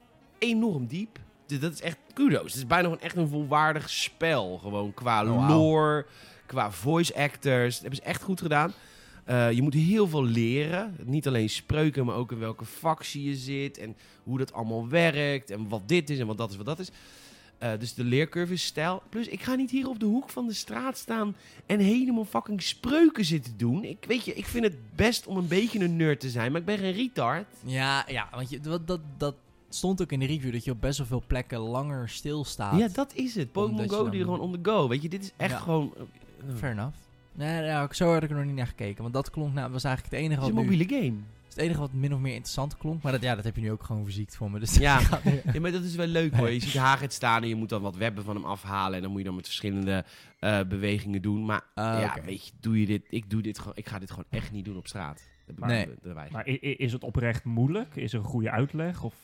enorm diep. D- Dat is echt kudos. Het is bijna gewoon echt een volwaardig spel. Gewoon qua Oh, wauw. lore, qua voice actors. Dat hebben ze echt goed gedaan. Uh, je moet heel veel leren. Niet alleen spreuken, maar ook in welke factie je zit. En hoe dat allemaal werkt. En wat dit is en wat dat is, wat dat is. Uh, dus de leercurve is stijl. Plus, ik ga niet hier op de hoek van de straat staan en helemaal fucking spreuken zitten doen. Ik, weet je, ik vind het best om een beetje een nerd te zijn, maar ik ben geen retard. Ja, ja, want je, dat, dat, dat stond ook in de review, dat je op best wel veel plekken langer stilstaat. Ja, dat is het. Pokémon Omdat je Go dan- die gewoon on the go. Weet je, dit is echt Ja. gewoon... uh, Fair enough. Nee, nou, zo had ik er nog niet naar gekeken, want dat klonk, nou, was eigenlijk het enige Het is wat een nu, mobiele game. het enige wat min of meer interessant klonk. Maar dat, ja, dat heb je nu ook gewoon verziekt voor me. Dus Ja. dat gaat nu- Ja, maar dat is wel leuk hoor. Je ziet Hagrid staan en je moet dan wat webben van hem afhalen. En dan moet je dan met verschillende uh, bewegingen doen. Maar Ah, ja, oké. weet je, doe je dit... Ik, doe dit gewoon, ik ga dit gewoon echt niet doen op straat. Dat Maar- Nee. dat- dat weiger ik. Maar i- i- is het oprecht moeilijk? Is er een goede uitleg? Of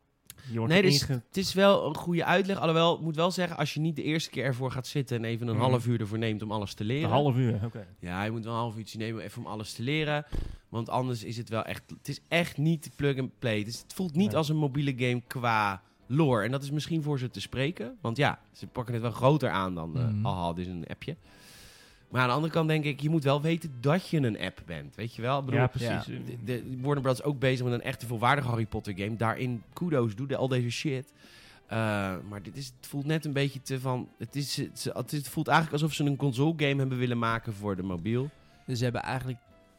je wordt Nee, dus inge- het is wel een goede uitleg. Alhoewel, ik moet wel zeggen, als je niet de eerste keer ervoor gaat zitten en even een Mhm. half uur ervoor neemt om alles te leren. een half uur, oké. Ja, je moet wel een half uurtje nemen even om alles te leren. Want anders is het wel echt... Het is echt niet plug and play. Het, is- het voelt niet Nee. als een mobiele game qua lore. En dat is misschien voor ze te spreken. Want ja, ze pakken het wel groter aan dan... Uh, Mhm. Haha, dit is een appje. Maar aan de andere kant denk ik, je moet wel weten dat je een app bent. Weet je wel? Ik bedoel, Ja, precies. Ja. de, de Warner Bros. Is ook bezig met een echte volwaardige Harry Potter game. Daarin, kudos, doe de, al deze shit. Uh, maar dit is, het voelt net een beetje te van... Het, is, het, het, het voelt eigenlijk alsof ze een console game hebben willen maken voor de mobiel. Dus ze hebben eigenlijk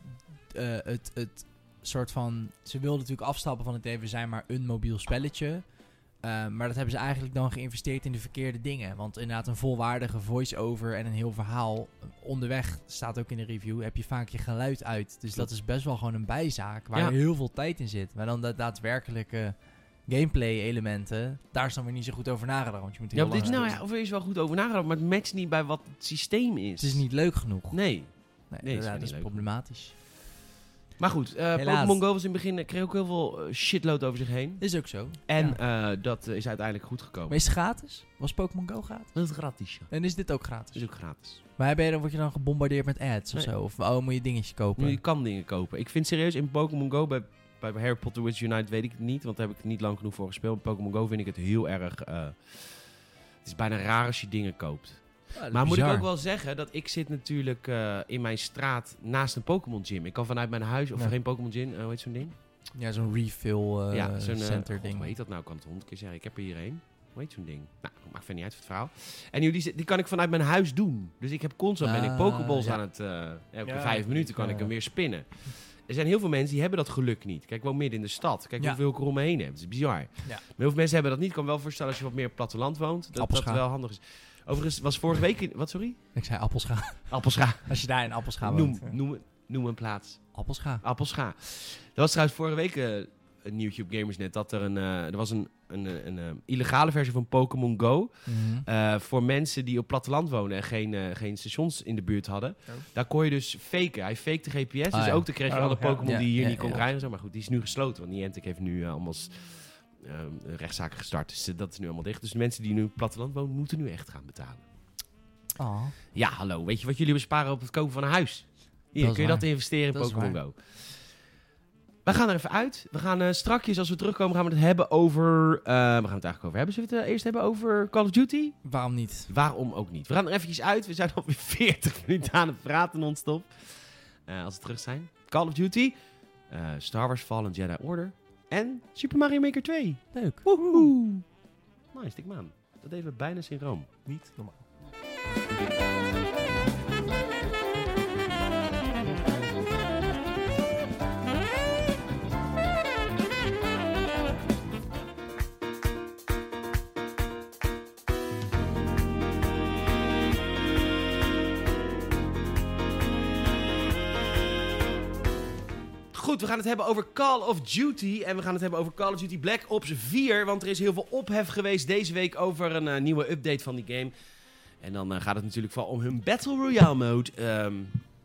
uh, het, het soort van... Ze wilden natuurlijk afstappen van het idee, we zijn maar een mobiel spelletje. Uh, maar dat hebben ze eigenlijk dan geïnvesteerd in de verkeerde dingen. Want inderdaad een volwaardige voice-over en een heel verhaal. Onderweg, staat ook in de review, heb je vaak je geluid uit. Dus dat is best wel gewoon een bijzaak waar Ja. heel veel tijd in zit. Maar dan de daadwerkelijke gameplay-elementen, daar is dan weer niet zo goed over nagedacht. Want je moet Ja, heel maar dit is, lang- nou ja, of er is wel goed over nagedacht, maar het matcht niet bij wat het systeem is. Het is niet leuk genoeg. Nee. Nee, Nee, het is inderdaad, niet dat is leuk. problematisch. Maar goed, uh, Helaas. Pokémon Go was in het begin, kreeg ook heel veel uh, shitload over zich heen. Is ook zo. En Ja. uh, dat uh, is uiteindelijk goed gekomen. Maar is het gratis? Was Pokémon Go gratis? Dat is gratis, ja. En is dit ook gratis? Dat is ook gratis. Maar ben je dan, word je dan gebombardeerd met ads of Nee. zo? Of oh, moet je dingetjes kopen? Je kan dingen kopen. Ik vind serieus in Pokémon Go bij bij Harry Potter Wizards Unite weet ik het niet, want daar heb ik niet lang genoeg voor gespeeld. Pokémon Go vind ik het heel erg... Uh, het is bijna raar als je dingen koopt. Ja, maar moet bizar. ik ook wel zeggen dat ik zit natuurlijk uh, in mijn straat naast een Pokémon gym. Ik kan vanuit mijn huis, of Ja. geen Pokémon gym, uh, hoe heet zo'n ding? Ja, zo'n refill uh, ja, zo'n center uh, ding. Hoe heet dat nou? Ik kan het honderd keer zeggen. Ik heb er hier één. Hoe heet zo'n ding? Nou, maakt verder niet uit voor het verhaal. En die, die, die kan ik vanuit mijn huis doen. Dus ik heb constant ben ik Ah, Pokéballs ja. aan het... Uh, elke Ja, vijf minuten kan ja. ik hem weer spinnen. Er zijn heel veel mensen die hebben dat geluk niet. Kijk, ik woon midden in de stad. Kijk Ja. hoeveel ik er om me heen heb. Dat is bizar. Ja. Maar heel veel mensen hebben dat niet. Ik kan me wel voorstellen als je wat meer op het platteland woont. Dat dat Appelscha. wel handig is. Overigens was vorige week... In, wat, sorry? Ik zei Appelscha. Appelscha. Als je daar in Appelscha Noem, woont. noem, noem een plaats. Appelscha. Appelscha. Dat was trouwens vorige week uh, een nieuwtje op Gamersnet. Dat er een... Uh, er was een, een, een, een, een illegale versie van Pokémon Go. Mm-hmm. Uh, voor mensen die op platteland wonen en geen, uh, geen stations in de buurt hadden. Oh. Daar kon je dus faken. Hij fakte G P S. Ah, dus ja. ook dan kreeg je Oh, alle ja. Pokémon Ja, die je hier ja, niet kon ja. krijgen. Zo. Maar goed, die is nu gesloten. Want Niantic heeft nu uh, allemaal uh, rechtszaken gestart. Dus uh, dat is nu allemaal dicht. Dus de mensen die nu op het platteland wonen, moeten nu echt gaan betalen. Oh. Ja, hallo. Weet je wat jullie besparen op het kopen van een huis? Hier, Dat is kun je waar. dat investeren in Dat is Pokémon waar. Go. We gaan er even uit. We gaan uh, strakjes, als we terugkomen, gaan we het hebben over... Uh, we gaan het eigenlijk over hebben. Zullen we het uh, eerst hebben over Call of Duty? Waarom niet? Waarom ook niet? We gaan er eventjes uit. We zijn alweer veertig minuten aan het praten non-stop. Uh, als we terug zijn. Call of Duty. Uh, Star Wars Fallen Jedi Order. En Super Mario Maker twee. Leuk. Woehoe. Nice, tik maar aan. Dat deden we bijna synchroon. Niet normaal. Goed, we gaan het hebben over Call of Duty. En we gaan het hebben over Call of Duty Black Ops vier. Want er is heel veel ophef geweest deze week over een uh, nieuwe update van die game. En dan uh, gaat het natuurlijk vooral om hun Battle Royale mode. Um,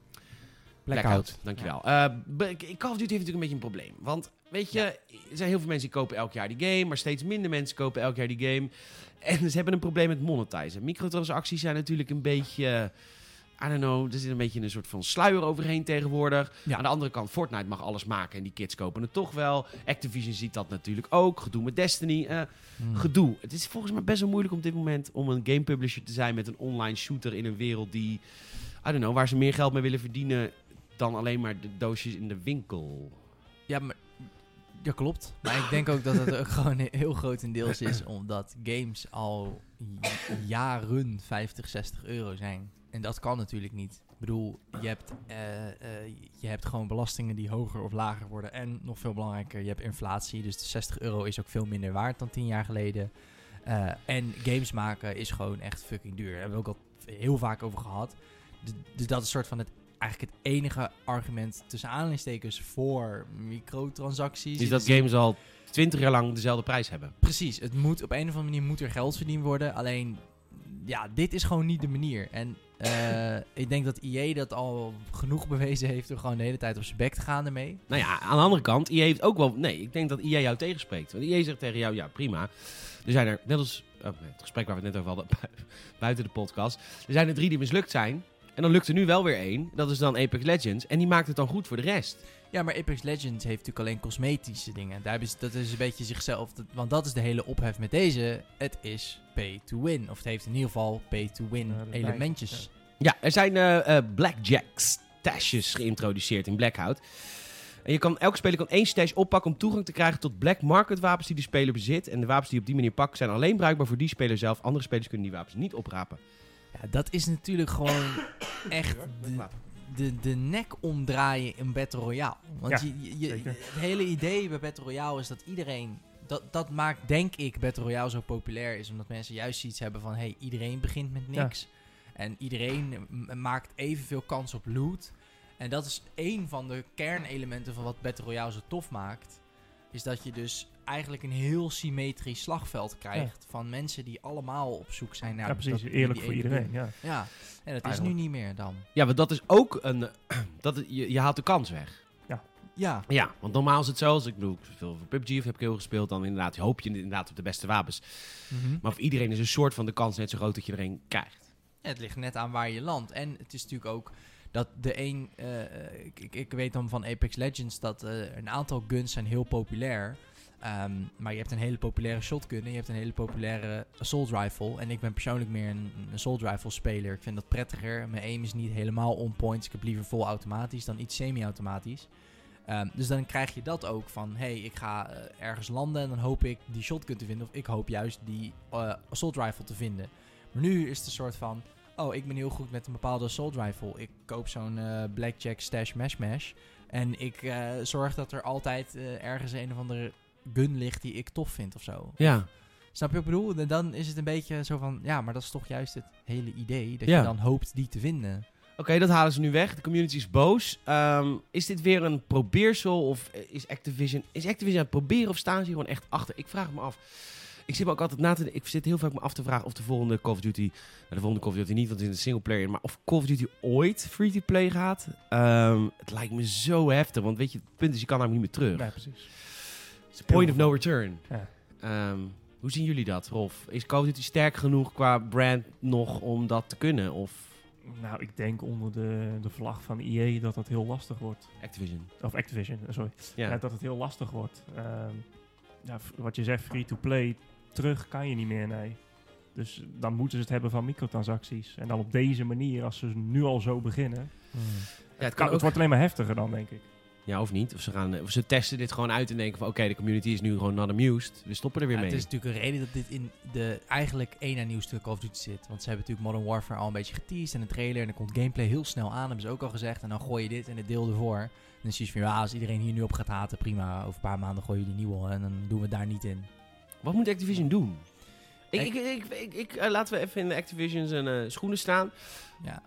Blackout, dankjewel. Ja. Uh, Call of Duty heeft natuurlijk een beetje een probleem. Want, weet je, ja. er zijn heel veel mensen die kopen elk jaar die game. Maar steeds minder mensen kopen elk jaar die game. En ze hebben een probleem met monetizen. Microtransacties zijn natuurlijk een beetje... I don't know, er zit een beetje een soort van sluier overheen tegenwoordig. Ja. Aan de andere kant, Fortnite mag alles maken en die kids kopen het toch wel. Activision ziet dat natuurlijk ook. Gedoe met Destiny. Uh, hmm. Gedoe. Het is volgens mij best wel moeilijk op dit moment om een game publisher te zijn met een online shooter in een wereld die, I don't know, waar ze meer geld mee willen verdienen dan alleen maar de doosjes in de winkel. Ja, maar... Ja, klopt. Maar ik denk ook dat het ook gewoon heel grotendeels is omdat games al jaren vijftig, zestig euro zijn. En dat kan natuurlijk niet. Ik bedoel, je hebt, uh, uh, je hebt gewoon belastingen die hoger of lager worden. En nog veel belangrijker, je hebt inflatie. Dus de zestig euro is ook veel minder waard dan tien jaar geleden. Uh, en games maken is gewoon echt fucking duur. Daar hebben we ook al heel vaak over gehad. Dus, dus dat is een soort van het, eigenlijk het enige argument tussen aanhalingstekens voor microtransacties. Is dat games al twintig jaar lang dezelfde prijs hebben? Precies. Het moet, op een of andere manier moet er geld verdiend worden. Alleen, ja, dit is gewoon niet de manier. En uh, ik denk dat I A dat al genoeg bewezen heeft door gewoon de hele tijd op zijn bek te gaan ermee. Nou ja, aan de andere kant, I A heeft ook wel... Nee, ik denk dat I A jou tegenspreekt. Want I A zegt tegen jou, ja prima. Er zijn er, net als oh, het gesprek waar we het net over hadden, buiten de podcast. Er zijn er drie die mislukt zijn. En dan lukt er nu wel weer één. Dat is dan Apex Legends. En die maakt het dan goed voor de rest. Ja, maar Apex Legends heeft natuurlijk alleen cosmetische dingen. Daar is, dat is een beetje zichzelf... Dat, want dat is de hele ophef met deze. Het is pay to win. Of het heeft in ieder geval pay to win ja, elementjes. Ja. ja, er zijn uh, uh, Blackjack stashes geïntroduceerd in Blackout. En je kan, elke speler kan één stash oppakken om toegang te krijgen tot black market wapens die de speler bezit. En de wapens die je op die manier pakt zijn alleen bruikbaar voor die speler zelf. Andere spelers kunnen die wapens niet oprapen. Ja, dat is natuurlijk gewoon echt de, de, de nek omdraaien in Battle Royale. Want ja, je, je, het hele idee bij Battle Royale is dat iedereen... Dat, dat maakt, denk ik, Battle Royale zo populair is. Omdat mensen juist iets hebben van... Hey, iedereen begint met niks. Ja. En iedereen m- maakt evenveel kans op loot. En dat is één van de kernelementen van wat Battle Royale zo tof maakt. Is dat je dus eigenlijk een heel symmetrisch slagveld krijgt. Ja. Van mensen die allemaal op zoek zijn naar... Ja, precies. Dat, eerlijk die voor ene iedereen, ja. Ja, en dat is eigenlijk. nu niet meer dan. Ja, want dat is ook een... dat, je, je haalt de kans weg. Ja. Ja. Ja, want normaal is het zo, als ik bedoel, veel voor P U B G of heb ik heel gespeeld, dan inderdaad hoop je inderdaad op de beste wapens. Mm-hmm. Maar voor iedereen is een soort van de kans net zo groot dat je er een krijgt. Ja, het ligt net aan waar je landt. En het is natuurlijk ook dat de een... Uh, ik, ik, ik weet dan van Apex Legends dat uh, een aantal guns zijn heel populair. Um, maar je hebt een hele populaire shotgun en je hebt een hele populaire assault rifle. En ik ben persoonlijk meer een, een assault rifle speler. Ik vind dat prettiger. Mijn aim is niet helemaal on point. Ik heb liever vol automatisch dan iets semi-automatisch. Um, dus dan krijg je dat ook van, hey, ik ga uh, ergens landen en dan hoop ik die shotgun te vinden. Of ik hoop juist die uh, assault rifle te vinden. Maar nu is het een soort van, oh, ik ben heel goed met een bepaalde assault rifle. Ik koop zo'n uh, blackjack stash mash mash. En ik uh, zorg dat er altijd uh, ergens een of andere gun ligt die ik tof vind of zo. Ja. Snap je wat ik bedoel? En dan is het een beetje zo van, ja, maar dat is toch juist het hele idee. Dat ja. je dan hoopt die te vinden. Oké, okay, dat halen ze nu weg. De community is boos. Um, is dit weer een probeersel of is Activision... Is Activision aan het proberen of staan ze hier gewoon echt achter? Ik vraag me af. Ik zit me ook altijd na te... Ik zit heel vaak me af te vragen of de volgende Call of Duty... Nou, de volgende Call of Duty niet, want het is een singleplayer. Maar of Call of Duty ooit free-to-play gaat. Um, het lijkt me zo heftig. Want weet je, het punt is, je kan namelijk niet meer terug. Ja, precies. It's a point of no return. Ja. Um, hoe zien jullie dat, Rolf? Is Call of Duty sterk genoeg qua brand nog om dat te kunnen? Of... Nou, ik denk onder de, de vlag van E A dat dat heel lastig wordt. Activision. Of Activision, sorry. Ja. Ja, dat het heel lastig wordt. Um, ja, f- wat je zegt, free-to-play, terug kan je niet meer, nee. Dus dan moeten ze het hebben van microtransacties. En dan op deze manier, als ze nu al zo beginnen... Hmm. Ja, het, kan, het wordt alleen maar heftiger dan, denk ik. Ja, of niet. Of ze, gaan, of ze testen dit gewoon uit en denken van... Oké, okay, de community is nu gewoon not amused. We stoppen er weer ja, mee. Het is natuurlijk een reden dat dit in de eigenlijk één na nieuwste Call of Duty zit. Want ze hebben natuurlijk Modern Warfare al een beetje geteased en een trailer. En dan komt gameplay heel snel aan, hebben ze ook al gezegd. En dan gooi je dit en het deel ervoor. En dan zie je van, ja, als iedereen hier nu op gaat haten, prima. Over een paar maanden gooi je die nieuwe en dan doen we het daar niet in. Wat moet Activision doen? Ik, Ik- ik, ik, ik, ik, uh, laten we even in Activision zijn uh, schoenen staan. Ja.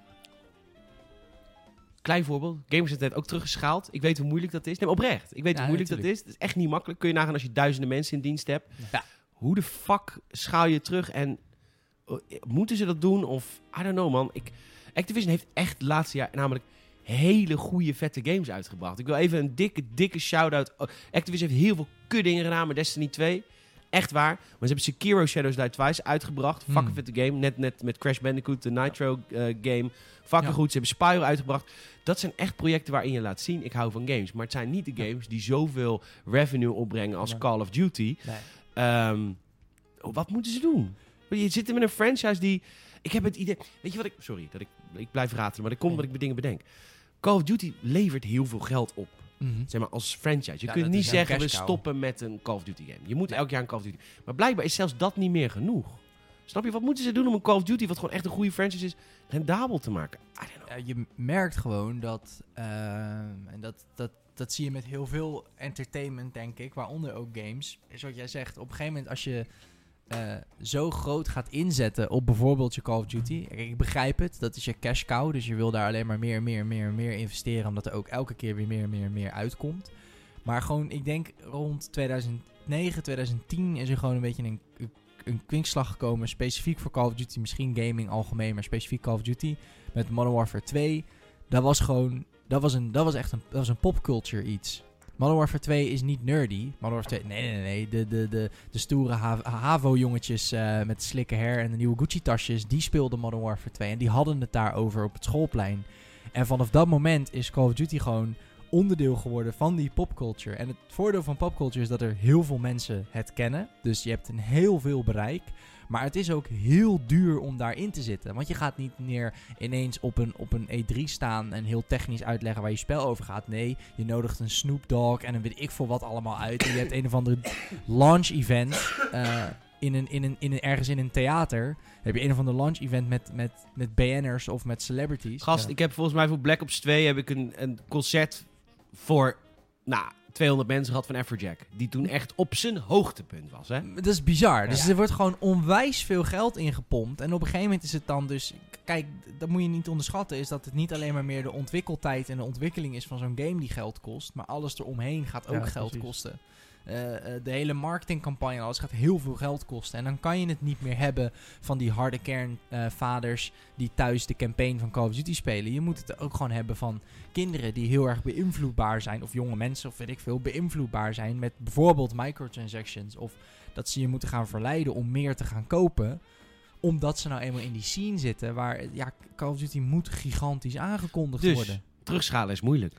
Klein voorbeeld. Gamers heeft ook teruggeschaald. Ik weet hoe moeilijk dat is. Nee, maar oprecht. Ik weet Ja, hoe moeilijk natuurlijk. dat is. Het is echt niet makkelijk. Kun je nagaan als je duizenden mensen in dienst hebt. Ja. Hoe de fuck schaal je terug? En uh, moeten ze dat doen? Of, I don't know, man. Ik, Activision heeft echt het laatste jaar namelijk hele goede, vette games uitgebracht. Ik wil even een dikke, dikke shout-out. Oh, Activision heeft heel veel kuddingen gedaan met Destiny twee. Echt waar. Maar ze hebben Sekiro Shadows Die Twice uitgebracht. Hmm. Fucking vette game. Net, net met Crash Bandicoot, de Nitro uh, game. Fucking Ja. goed. Ze hebben Spyro uitgebracht. Dat zijn echt projecten waarin je laat zien, ik hou van games. Maar het zijn niet de games die zoveel revenue opbrengen als Ja. Call of Duty. Nee. Um, wat moeten ze doen? Je zit met een franchise die... Ik heb het idee... Weet je wat ik... Sorry, dat ik, ik blijf ratelen, maar dat komt Nee. omdat ik dingen bedenk. Call of Duty levert heel veel geld op. Mhm. Zeg maar als franchise. Je Ja, kunt dat niet is een zeggen, we cash cow. stoppen met een Call of Duty game. Je moet Nee. elk jaar een Call of Duty... Maar blijkbaar is zelfs dat niet meer genoeg. Snap je? Wat moeten ze doen om een Call of Duty, wat gewoon echt een goede franchise is, rendabel te maken? I don't know. Ja, je merkt gewoon dat, uh, en dat, dat, dat zie je met heel veel entertainment, denk ik, waaronder ook games. Is wat jij zegt, op een gegeven moment als je uh, zo groot gaat inzetten op bijvoorbeeld je Call of Duty. Kijk, ik begrijp het, dat is je cash cow, dus je wil daar alleen maar meer, meer, meer, meer investeren, omdat er ook elke keer weer meer, meer, meer uitkomt. Maar gewoon, ik denk rond tweeduizend negen, tweeduizend tien is er gewoon een beetje een... een kwinkslag gekomen, specifiek voor Call of Duty, misschien gaming algemeen, maar specifiek Call of Duty, met Modern Warfare twee. Dat was gewoon, dat was, een, dat was echt een, dat was een popculture iets. Modern Warfare twee is niet nerdy. Modern Warfare twee, nee, nee, nee. De, de, de, de stoere ha- HAVO-jongetjes uh, met slikke hair en de nieuwe Gucci-tasjes, die speelden Modern Warfare twee. En die hadden het daarover op het schoolplein. En vanaf dat moment is Call of Duty gewoon onderdeel geworden van die popculture. En het voordeel van popculture is dat er heel veel mensen het kennen. Dus je hebt een heel veel bereik. Maar het is ook heel duur om daarin te zitten. Want je gaat niet meer ineens op een, op een E drie staan en heel technisch uitleggen waar je spel over gaat. Nee, je nodigt een Snoop Dogg en dan weet ik veel wat allemaal uit. En je hebt een of ander launch event uh, in een, in een, in een, ergens in een theater. Dan heb je een of ander launch event met, met, met B N'ers of met celebrities. Gast, Ja. ik heb volgens mij voor Black Ops twee heb ik een, een concert voor, nou, tweehonderd mensen gehad van Afrojack. Die toen echt op zijn hoogtepunt was, hè? Dat is bizar. Dus Ja. er wordt gewoon onwijs veel geld ingepompt. En op een gegeven moment is het dan dus... Kijk, dat moet je niet onderschatten. Is dat het niet alleen maar meer de ontwikkeltijd en de ontwikkeling is van zo'n game die geld kost. Maar alles eromheen gaat ook Ja, geld precies. kosten. Uh, uh, de hele marketingcampagne en alles gaat heel veel geld kosten. En dan kan je het niet meer hebben van die harde kernvaders uh, die thuis de campaign van Call of Duty spelen. Je moet het ook gewoon hebben van kinderen die heel erg beïnvloedbaar zijn. Of jonge mensen, of weet ik veel, beïnvloedbaar zijn met bijvoorbeeld microtransactions. Of dat ze je moeten gaan verleiden om meer te gaan kopen. Omdat ze nou eenmaal in die scene zitten waar, ja, Call of Duty moet gigantisch aangekondigd Dus worden. terugschalen is moeilijk.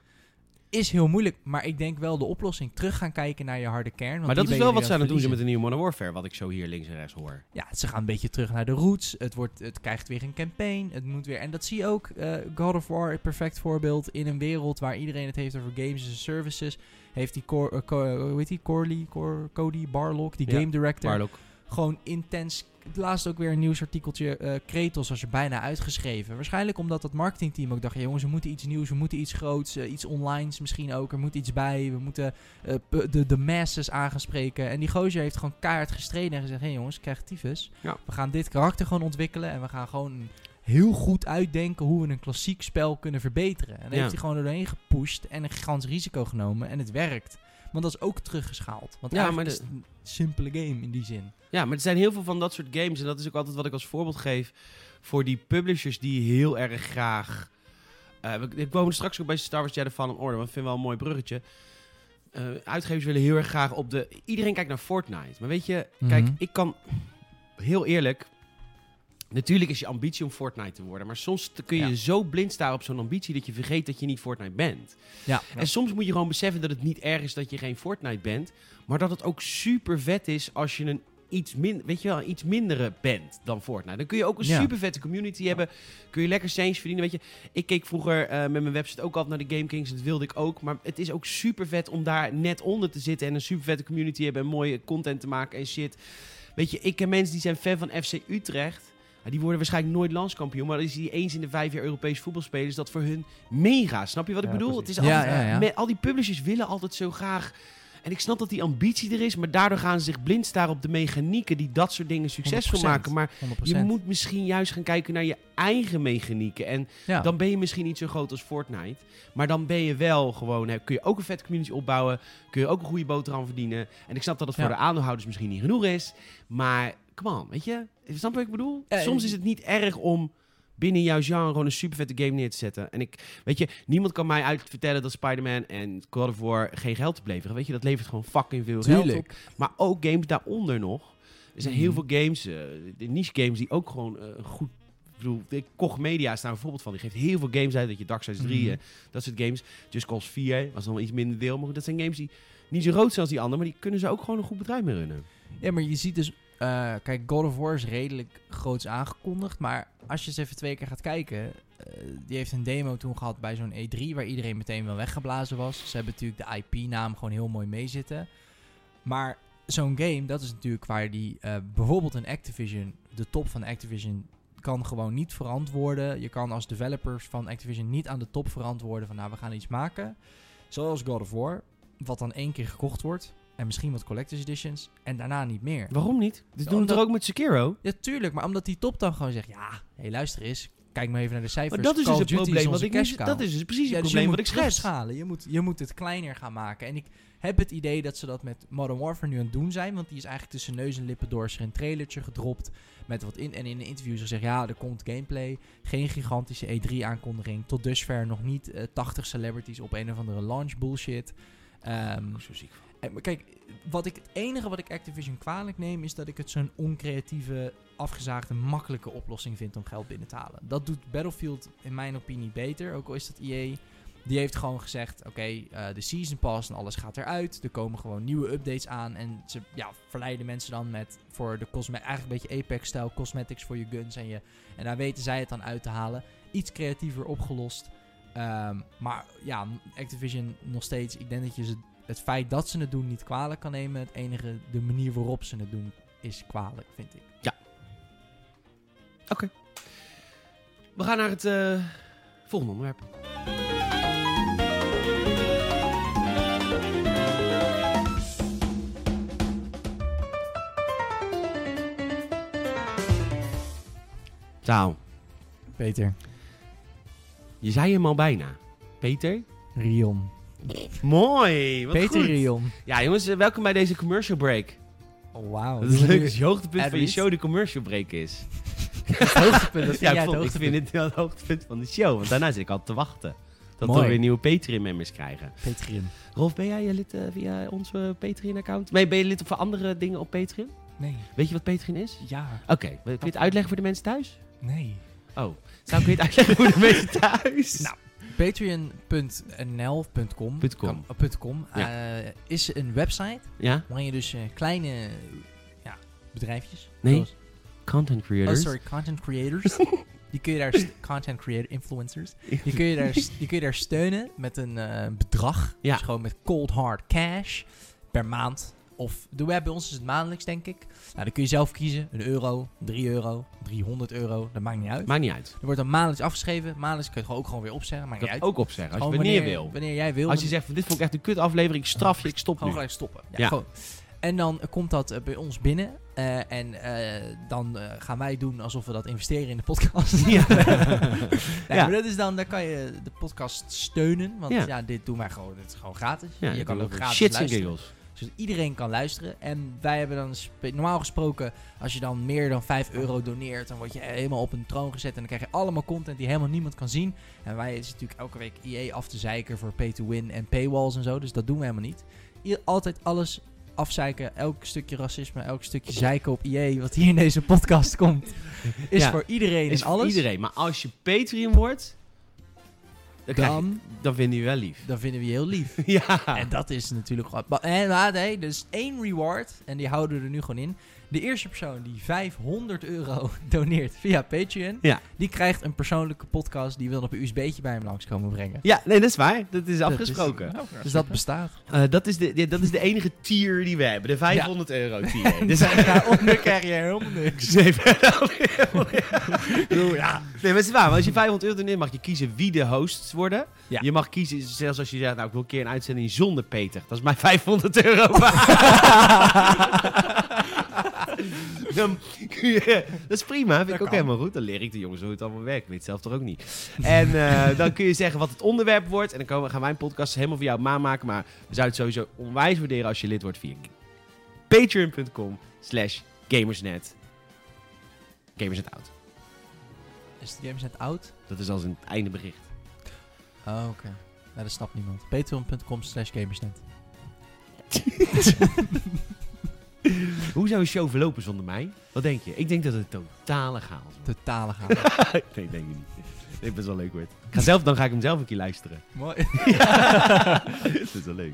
Is heel moeilijk, maar ik denk wel de oplossing terug gaan kijken naar je harde kern. Want Maar dat die is ben wel je wat nu ze aan het doen zijn verliezen. met de nieuwe Modern Warfare, wat ik zo hier links en rechts hoor. Ja, ze gaan een beetje terug naar de roots. Het, wordt, het krijgt weer een campaign. Het moet weer, en dat zie je ook. Uh, God of War, een perfect voorbeeld. In een wereld waar iedereen het heeft over games en services. Heeft die, Cor, uh, Co- uh, hoe heet die? Corley, Cor, Cody Barlog, die Ja, game director. Barlock. Gewoon intens. Laatst ook weer een nieuwsartikeltje. Uh, Kratos was er bijna uitgeschreven. Waarschijnlijk omdat dat marketingteam ook dacht... Ja, jongens, we moeten iets nieuws, we moeten iets groots, uh, iets onlines misschien ook. Er moet iets bij. We moeten uh, p- de, de masses aan gaan spreken. En die gozer heeft gewoon keihard gestreden en gezegd... Hé hey jongens, krijg tyfus. Ja. We gaan dit karakter gewoon ontwikkelen. En we gaan gewoon heel goed uitdenken... hoe we een klassiek spel kunnen verbeteren. En daar Ja. heeft hij gewoon er doorheen gepusht... en een gigantisch risico genomen. En het werkt. Want dat is ook teruggeschaald. Want Ja, eigenlijk maar is het een simpele game in die zin. Ja, maar er zijn heel veel van dat soort games. En dat is ook altijd wat ik als voorbeeld geef voor die publishers die heel erg graag... Uh, we, we komen straks ook bij Star Wars Jedi Fallen Order, want ik vind wel een mooi bruggetje. Uh, uitgevers willen heel erg graag op de... Iedereen kijkt naar Fortnite. Maar weet je, kijk, Mhm. ik kan... Heel eerlijk... Natuurlijk is je ambitie om Fortnite te worden. Maar soms te- kun je Ja. zo blind staren op zo'n ambitie dat je vergeet dat je niet Fortnite bent. Ja. En soms moet je gewoon beseffen dat het niet erg is dat je geen Fortnite bent. Maar dat het ook super vet is als je een iets, min, weet je wel, iets mindere bent dan Fortnite. Dan kun je ook een Ja. super vette community hebben. Kun je lekker centjes verdienen. Weet je, ik keek vroeger uh, met mijn website ook altijd naar de Game Kings. Dat wilde ik ook. Maar het is ook super vet om daar net onder te zitten. En een super vette community te hebben. En mooie content te maken en shit. Weet je, ik ken mensen die zijn fan van F C Utrecht. Ja, die worden waarschijnlijk nooit landskampioen. Maar als die eens in de vijf jaar Europees voetbal spelen, is dat voor hun mega. Snap je wat ik Ja, bedoel? precies. Het is altijd, Ja, ja, ja. Met, al die publishers willen altijd zo graag. En ik snap dat die ambitie er is. Maar daardoor gaan ze zich blind staren op de mechanieken die dat soort dingen succesvol honderd maken. procent. Maar honderd je procent. moet misschien juist gaan kijken naar je eigen mechanieken. En Ja. dan ben je misschien niet zo groot als Fortnite. Maar dan ben je wel gewoon... Hè, kun je ook een vette community opbouwen. Kun je ook een goede boterham verdienen. En ik snap dat het voor Ja. de aandeelhouders misschien niet genoeg is. Maar come on, weet je? Snap je wat ik bedoel? Ja, Soms en- is het niet erg om binnen jouw genre gewoon een super vette game neer te zetten. En ik, weet je, niemand kan mij uit vertellen dat Spider-Man en God of War geen geld opleveren. Weet je, dat levert gewoon fucking veel geld op. Tuurlijk. Maar ook games daaronder nog. Er zijn heel Mhm. veel games, uh, de niche games, die ook gewoon uh, goed... Ik bedoel, de Koch Media is daar een voorbeeld van. Die geeft heel veel games uit. Dat je Darksiders drie, Mhm. uh, dat soort games. Just Cause vier was dan wel iets minder deel. Maar goed, dat zijn games die niet zo groot zijn als die andere. Maar die kunnen ze ook gewoon een goed bedrijf mee runnen. Ja, maar je ziet dus... eh, kijk, God of War is redelijk groots aangekondigd. Maar als je eens even twee keer gaat kijken... eh, die heeft een demo toen gehad bij zo'n E drie... waar iedereen meteen wel weggeblazen was. Ze hebben natuurlijk de I P-naam gewoon heel mooi meezitten. Maar zo'n game, dat is natuurlijk waar die... eh, bijvoorbeeld een Activision, de top van Activision... kan gewoon niet verantwoorden. Je kan als developers van Activision niet aan de top verantwoorden... van nou, we gaan iets maken. Zoals God of War... wat dan één keer gekocht wordt... en misschien wat collector's editions... en daarna niet meer. Waarom niet? Dit Ja, doen we omdat- toch ook met Sekiro? Ja, tuurlijk, maar omdat die top dan gewoon zegt... ja, hé, hey, luister eens, kijk maar even naar de cijfers. Maar dat is Call dus of het Duty probleem. is Wat onze ik cash nu, cow. dat is dus precies Ja, het dus probleem je wat ik moet schets. terugschalen. Je moet, je moet het kleiner gaan maken. En ik heb het idee dat ze dat met Modern Warfare nu aan het doen zijn. Want die is eigenlijk tussen neus en lippen door. Is er een trailertje gedropt met wat in. En in de interviews gezegd, ja, er komt gameplay. Geen gigantische E drie aankondiging. Tot dusver nog niet uh, tachtig celebrities op een of andere launch bullshit. Um, Zo ziek van. en, maar kijk, wat ik, het enige wat ik Activision kwalijk neem... is dat ik het zo'n oncreatieve, afgezaagde, makkelijke oplossing vind om geld binnen te halen. Dat doet Battlefield in mijn opinie beter. Ook al is dat E A. Die heeft gewoon gezegd, oké, okay, uh, de Season Pass en alles gaat eruit. Er komen gewoon nieuwe updates aan. En ze ja, verleiden mensen dan met voor de cosme- eigenlijk een beetje Apex-stijl cosmetics voor je guns. En, je, en daar weten zij het dan uit te halen. Iets creatiever opgelost. Um, maar ja, Activision nog steeds, ik denk dat je ze... Het feit dat ze het doen niet kwalijk kan nemen. Het enige, de manier waarop ze het doen, is kwalijk, vind ik. Ja. Oké. Okay. We gaan naar het uh, volgende onderwerp. Zo. Peter. Je zei hem al bijna. Peter? Rion. Mooi. Wat Peter goed. Rion. Ja, jongens, welkom bij deze commercial break. Oh, wauw. Dat is leuk als je hoogtepunt van je Edwin? show de commercial break is. Het hoogtepunt, dat vind Ja, jij ik, vond, het ik vind hoogtepunt. dit wel het hoogtepunt van de show. Want daarna zit ik al te wachten. Dat Mooi. we weer nieuwe Patreon-members krijgen. Patreon. Rolf, ben jij lid uh, via onze Patreon-account? Nee, ben je lid van andere dingen op Patreon? Nee. Weet je wat Patreon is? Ja. Oké, okay. Kun je het uitleggen voor de mensen thuis? Nee. Oh, zou kun je het uitleggen voor de mensen thuis? Nou, patreon punt n l punt com .com. Kan, .com Ja. uh, is een website Ja? waarin je dus uh, kleine ja, bedrijfjes... Nee, zoals, content creators. oh, sorry, content creators. die kun je daar... St- content creator influencers. Die kun je daar, st- die kun je daar steunen met een uh, bedrag. Ja. Dus gewoon met cold hard cash per maand. Of de web bij ons is het maandelijks, denk ik. Nou, dan kun je zelf kiezen. Een euro, drie euro, driehonderd euro. Dat maakt niet uit. Maakt niet uit. Er wordt dan maandelijks afgeschreven. Maandelijks kun je het gewoon ook gewoon weer opzeggen. Maakt Ik niet kan uit. het ook opzeggen, als je Gewoon wanneer, wanneer, wil. Wanneer jij wil. Als je zegt, van, dit vond ik echt een kut aflevering, ik straf je, ik stop Gewoon nu. gelijk stoppen. Ja, Ja. Gewoon. En dan uh, komt dat uh, bij ons binnen. Uh, en uh, dan uh, gaan wij doen alsof we dat investeren in de podcast. Ja. nee, Ja. Maar dat is dan, dan kan je de podcast steunen. Want Ja. ja, dit doen wij gewoon. Dit is gewoon gratis. Ja, je kan ook gratis shits en luisteren. giggles. Zodat iedereen kan luisteren. En wij hebben dan spe- normaal gesproken, als je dan meer dan vijf euro doneert, dan word je helemaal op een troon gezet. En dan krijg je allemaal content die helemaal niemand kan zien. En wij is natuurlijk elke week I A af te zeiken voor pay to win en paywalls en zo. Dus dat doen we helemaal niet. I- altijd alles afzeiken. Elk stukje racisme, elk stukje zeiken op I A wat hier in deze podcast komt. Is Ja, voor iedereen Is en voor alles. iedereen. Maar als je Patreon wordt, dan, krijg je- Dan, dan vinden we je wel lief. dan vinden we je heel lief. Ja. En dat is natuurlijk gewoon... ba- En maar nee, dus één reward. En die houden we er nu gewoon in. De eerste persoon die vijfhonderd euro doneert via Patreon... Ja. die krijgt een persoonlijke podcast... die wil op een U S B'tje bij hem langs komen brengen. Ja, nee, dat is waar. Dat is Dat afgesproken. Dus dat bestaat. Eh, dat, is de, ja, dat is de enige tier die we hebben. De vijfhonderd euro tier. Dus Dus daaronder krijg je helemaal niks. nee, ja. Nee, maar het is waar. Maar als je vijfhonderd euro doneert, mag je kiezen wie de hosts worden. Ja. Je mag kiezen, zelfs als je zegt, nou, ik wil een keer een uitzending zonder Peter. Dat is mij vijfhonderd euro waard. Dan kun je, dat is prima, vind ik Dat ook kan. helemaal goed. Dan leer ik de jongens hoe het allemaal werkt. Ik weet het zelf toch ook niet. En uh, dan kun je zeggen wat het onderwerp wordt. En dan komen, gaan wij een podcast helemaal voor jou maken. Maar we zouden het sowieso onwijs waarderen als je lid wordt via patreon.com slash gamersnet. Gamersnet out. Is de Gamersnet oud? Dat is als een einde bericht. Oh, oké. Okay. Nou, dat snapt niemand. Patreon.com slash gamersnet. Hoe zou een show verlopen zonder mij? Wat denk je? Ik denk dat het totale chaos wordt. Totale gaan. Nee, denk ik niet. Ik denk best wel leuk wordt. Ik ga zelf, dan ga ik hem zelf een keer luisteren. Mooi. Dat is wel leuk.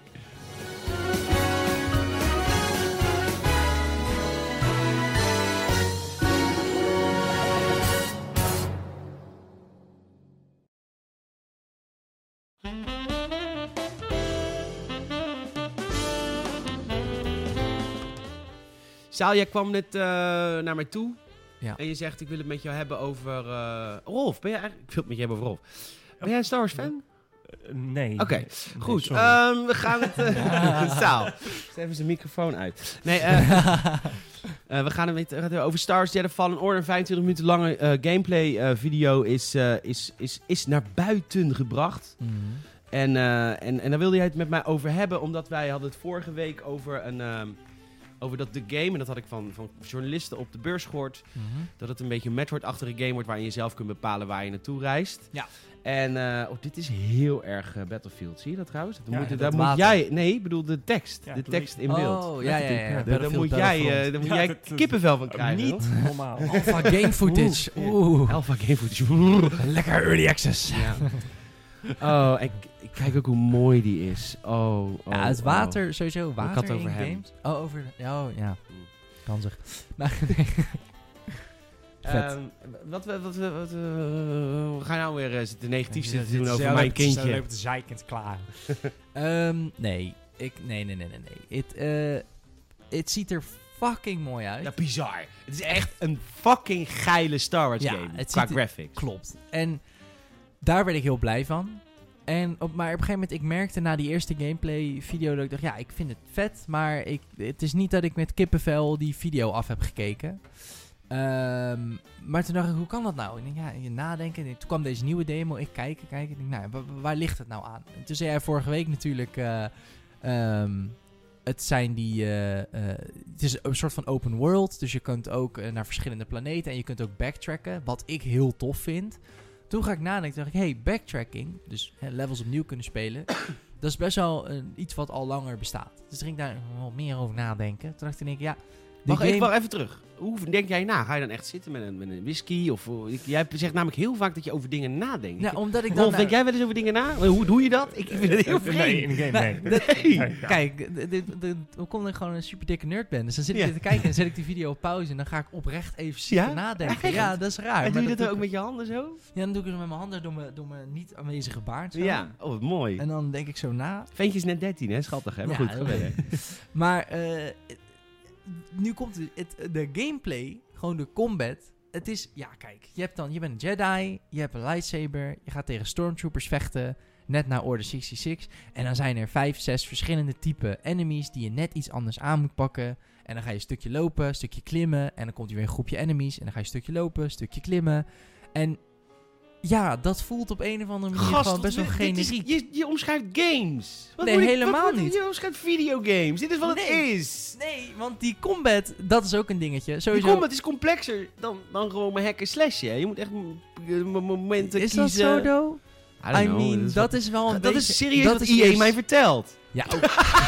Saal, jij kwam net uh, naar mij toe. Ja. En je zegt, ik wil het met jou hebben over... Uh, Rolf, ben jij eigenlijk... Ik wil het met je hebben over Rolf. Ben jij een Star Wars fan? Uh, nee. Oké, okay, nee, goed. sorry. Um, we gaan het... Uh, Saal, zet even zijn microfoon uit. Nee, uh, uh, we gaan het met, uh, over Star Wars Jedi Fallen Order. Een vijfentwintig minuten lange uh, gameplay uh, video is, uh, is, is, is naar buiten gebracht. Mm-hmm. En, uh, en, en daar wilde jij het met mij over hebben, omdat wij hadden het vorige week over een... Uh, over dat de game, en dat had ik van, van journalisten op de beurs gehoord, Mm-hmm. dat het een beetje een Metroid-achtige game wordt waarin je zelf kunt bepalen waar je naartoe reist. Ja. En uh, oh, dit is heel erg uh, Battlefield, zie je dat trouwens? Dan Ja, moet, je, dat daar moet water. jij, nee, ik bedoel de tekst, Ja, de het tekst leek- in beeld. Oh, ja, ja, ja. ja. Daar- daar Battlefield, moet jij, uh, Battlefront. daar moet Ja, jij dat- dat- kippenvel van krijgen. Niet hoor. normaal. Alpha game footage. Oeh. Alpha game footage. Lekker early access. Ja. Oh, ik, ik kijk ook hoe mooi die is. Oh, oh Ja, het oh. water, sowieso water had het in over hem. games. Oh, over... Oh, ja. Kan zich. Maar, Vet. Ehm, wat we, wat we, wat we, we gaan nou weer uh, zitten negatief zitten Dit doen is over jouw mijn leuk- het is kindje. Loopt de zijkant klaar. Ehm, nee. Ik, nee, nee, nee, nee, nee. Het, eh, het ziet er fucking mooi uit. Ja, bizar. Het is echt een fucking geile Star Wars Ja, game. het Qua ziet er- graphics. Klopt. En daar werd ik heel blij van. En op, maar op een gegeven moment, ik merkte na die eerste gameplay video dat ik dacht, ja, ik vind het vet, maar ik, het is niet dat ik met kippenvel die video af heb gekeken. Um, maar toen dacht ik, hoe kan dat nou? Ik denk, ja, je nadenken. En toen kwam deze nieuwe demo, ik kijk, kijk. Ik denk, nou, waar, waar ligt het nou aan? En toen zei hij vorige week natuurlijk, uh, um, het zijn die, uh, uh, het is een soort van open world, dus je kunt ook uh, naar verschillende planeten en je kunt ook backtracken, wat ik heel tof vind. Toen ga ik nadenken, dacht ik, hey, backtracking, dus hè, levels opnieuw kunnen spelen, dat is best wel uh, iets wat al langer bestaat. Dus toen ging ik daar wel meer over nadenken. Toen dacht ik, ja, Wacht, game- even, wacht even terug. Hoe denk jij na? Ga je dan echt zitten met een, met een whisky? Of, uh, jij zegt namelijk heel vaak dat je over dingen nadenkt. Ja, omdat ik dan... Rolf, nou- denk jij wel eens over dingen na? Hoe doe je dat? Ik vind het heel vreemd. Nee, in de game, nee. Nou, dat- Nee, ja. Kijk, dit- dit- dit- hoe komt dat ik gewoon een super dikke nerd ben? Dus dan zit ik Ja. dit te kijken en dan zet ik die video op pauze en dan ga ik oprecht even zitten Ja? nadenken. Echt? Ja, dat is raar. En maar doe je dat doe ook ik- met je handen zo? Ja, dan doe ik het met mijn handen door mijn, door mijn niet aanwezige baard. Zo. Ja. Oh, wat mooi. En dan denk ik zo na. Ventje is net dertien, hè? Schattig, hè? Maar Ja, goed, heel verder. Maar eh, nu komt het, het, de gameplay, gewoon de combat. Het is, ja kijk, je, hebt dan, je bent een Jedi, je hebt een lightsaber, je gaat tegen stormtroopers vechten, net na Order zesenzestig. En dan zijn er vijf, zes verschillende type enemies die je net iets anders aan moet pakken. En dan ga je een stukje lopen, een stukje klimmen en dan komt er weer een groepje enemies. En dan ga je een stukje lopen, een stukje klimmen. En ja, dat voelt op een of andere manier Gast, gewoon best wel wat- dit is- generiek. je, je omschrijft games. Wat Nee, moet ik- helemaal wat- wat- niet. Je omschrijft videogames. Dit is wat het Nee. is. Nee, want die combat, dat is ook een dingetje. Die Sowieso. combat is complexer dan, dan gewoon mijn hack en slashen. hè. Je moet echt m- m- momenten Is kiezen. dat zo, do? I don't I know, mean, dat is dat wat- is wel een dat beetje... is serieus dat wat is I A eerst- mij vertelt. Ja, ook.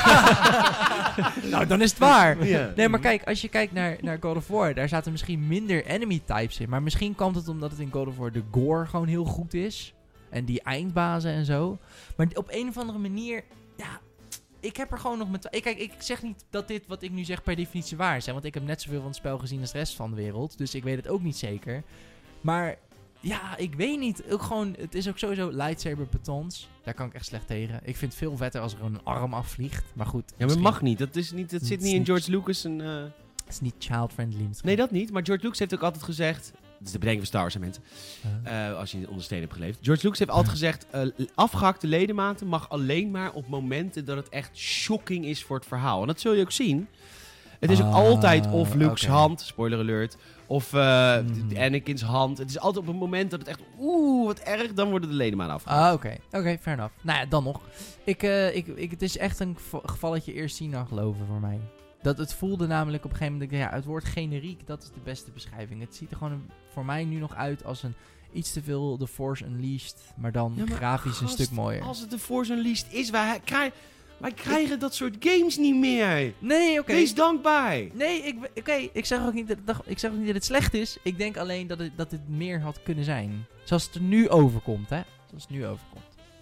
Nou, dan is het waar. Ja. Nee, maar kijk, als je kijkt naar, naar God of War, daar zaten misschien minder enemy types in. Maar misschien komt het omdat het in God of War de gore gewoon heel goed is. En die eindbazen en zo. Maar op een of andere manier, ja, ik heb er gewoon nog met... Ik, kijk, ik zeg niet dat dit wat ik nu zeg per definitie waar is. Hè, want ik heb net zoveel van het spel gezien als de rest van de wereld. Dus ik weet het ook niet zeker. Maar ja, ik weet niet. Ook gewoon, het is ook sowieso lightsaber batons. Daar kan ik echt slecht tegen. Ik vind het veel vetter als er een arm afvliegt. Maar goed. Ja, maar misschien- mag niet. Dat, is niet, dat Het zit is niet in niet- George Lucas. En, eh, Het is niet child-friendly misschien. Nee, dat niet. Maar George Lucas heeft ook altijd gezegd... Dat is de bedenking van Star Wars, hè, mensen. Uh, Eh, als je onder steen hebt geleefd. George Lucas heeft altijd gezegd... eh, afgehakte ledematen mag alleen maar op momenten dat het echt shocking is voor het verhaal. En dat zul je ook zien. Het is ook Ah, altijd of Luke's oké. hand, spoiler alert, of eh, Mhm. Anakin's hand. Het is altijd op een moment dat het echt, oeh, wat erg, dan worden de ledematen afgehakt. Ah, oké. Oké, fair enough. Nou ja, dan nog. Ik, eh, ik, ik, het is echt een gev- gevalletje eerst zien dan geloven voor mij. Dat het voelde namelijk op een gegeven moment... dat ik dacht, ja, het woord generiek, dat is de beste beschrijving. Het ziet er gewoon een- voor mij nu nog uit als een iets te veel The Force Unleashed... maar dan Ja, maar grafisch een gast, stuk mooier. Als het de Force Unleashed is, wij, krij- wij krijgen dat soort games niet meer. Nee, oké. Wees dankbaar. Nee, ik, oké, ik zeg ook niet dat, dat- ik zeg ook niet dat het slecht is. Ik denk alleen dat het, dat het meer had kunnen zijn. Zoals het er nu overkomt, hè. Zoals het nu overkomt.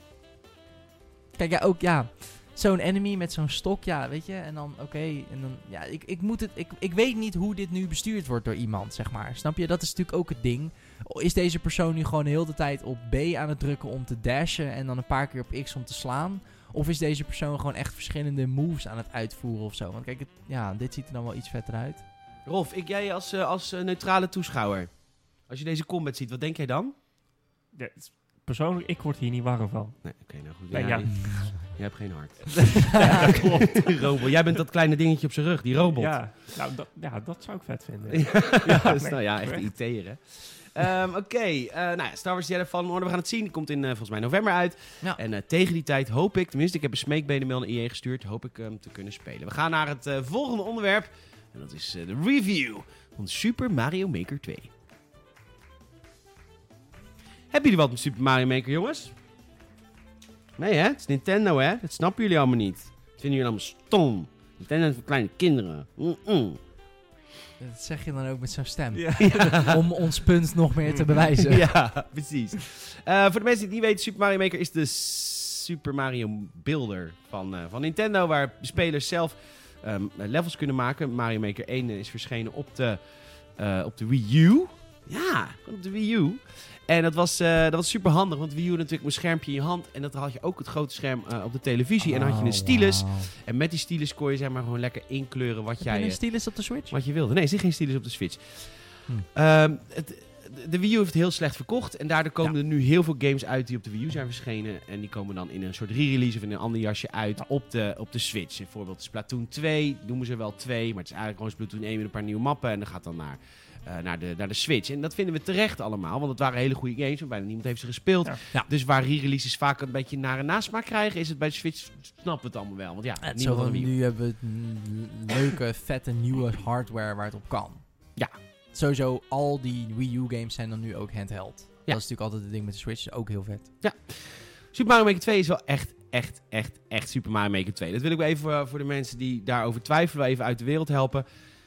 Kijk, ja, ook, ja... Zo'n enemy met zo'n stok, ja, weet je. En dan, oké, en dan... Ja, ik, ik moet het... Ik, ik weet niet hoe dit nu bestuurd wordt door iemand, zeg maar. Snap je? Dat is natuurlijk ook het ding. Is deze persoon nu gewoon de hele tijd op B aan het drukken om te dashen... en dan een paar keer op X om te slaan? Of is deze persoon gewoon echt verschillende moves aan het uitvoeren of zo? Want kijk, het, ja, dit ziet er dan wel iets vetter uit. Rolf, ik, jij als, eh, als eh, neutrale toeschouwer. Als je deze combat ziet, wat denk jij dan? Ja, het is- persoonlijk, ik word hier niet warm van. Nee, oké, nou goed. Nee, Ja, ja. je- Jij hebt geen hart. Ja, klopt. Die robot. Jij bent dat kleine dingetje op zijn rug, die robot. Ja, nou, dat, ja, dat zou ik vet vinden. Ja, dat is nee. nou ja, echt I T'er, hè. Ehm, Oké, eh, nou ja, Star Wars Jedi Fallen Order, we gaan het zien. Die komt in eh, volgens mij november uit. Ja. En eh, tegen die tijd hoop ik, tenminste ik heb een smeekbedenmail naar I A gestuurd, hoop ik hem te kunnen spelen. We gaan naar het eh, volgende onderwerp. En dat is eh, de review van Super Mario Maker twee. Hebben jullie wat met Super Mario Maker, jongens? Nee hè, het is Nintendo hè, dat snappen jullie allemaal niet. Dat vinden jullie allemaal stom. Nintendo is voor kleine kinderen. Mm-mm. Dat zeg je dan ook met zo'n stem. Ja. Om ons punt nog meer te bewijzen. Ja, precies. Eh, voor de mensen die het niet weten, Super Mario Maker is de Super Mario Builder van, eh, van Nintendo, waar spelers zelf ehm, levels kunnen maken. Mario Maker één is verschenen op de, eh, op de Wii U. Ja, gewoon op de Wii U. En dat was, eh, dat was super handig, want Wii U had natuurlijk een schermpje in je hand. En dat had je ook het grote scherm eh, op de televisie. en dan had je een Oh, stylus. wauw. En met die stylus kon je zeg maar gewoon lekker inkleuren wat Heb jij... je een eh, stylus op de Switch? wat je wilde. Nee, er zit geen stylus op de Switch. Hm. Ehm, het, de- de Wii U heeft het heel slecht verkocht. En daardoor komen Ja. er nu heel veel games uit die op de Wii U zijn verschenen. En die komen dan in een soort re-release of in een ander jasje uit op, de, op de Switch. Bijvoorbeeld Splatoon twee, noemen ze wel twee. Maar het is eigenlijk gewoon Splatoon één met een paar nieuwe mappen. En dat gaat dan naar, eh, naar, de, naar de Switch. En dat vinden we terecht allemaal. Want het waren hele goede games. Maar bijna niemand heeft ze gespeeld. Ja. Ja. Dus waar re-releases vaak een beetje naar een nasmaak krijgen, is het bij de Switch, snappen we het allemaal wel. Want ja, Het niemand zo van van, de Wii U. nu hebben we een leuke, vette, nieuwe hardware waar het op kan. Ja. Sowieso, al die Wii U games zijn dan nu ook handheld. Ja. Dat is natuurlijk altijd het ding met de Switch. Ook heel vet. Super Mario Maker twee is wel echt, echt, echt, echt Super Mario Maker twee. Dat wil ik wel even voor, voor de mensen die daarover twijfelen, even uit de wereld helpen.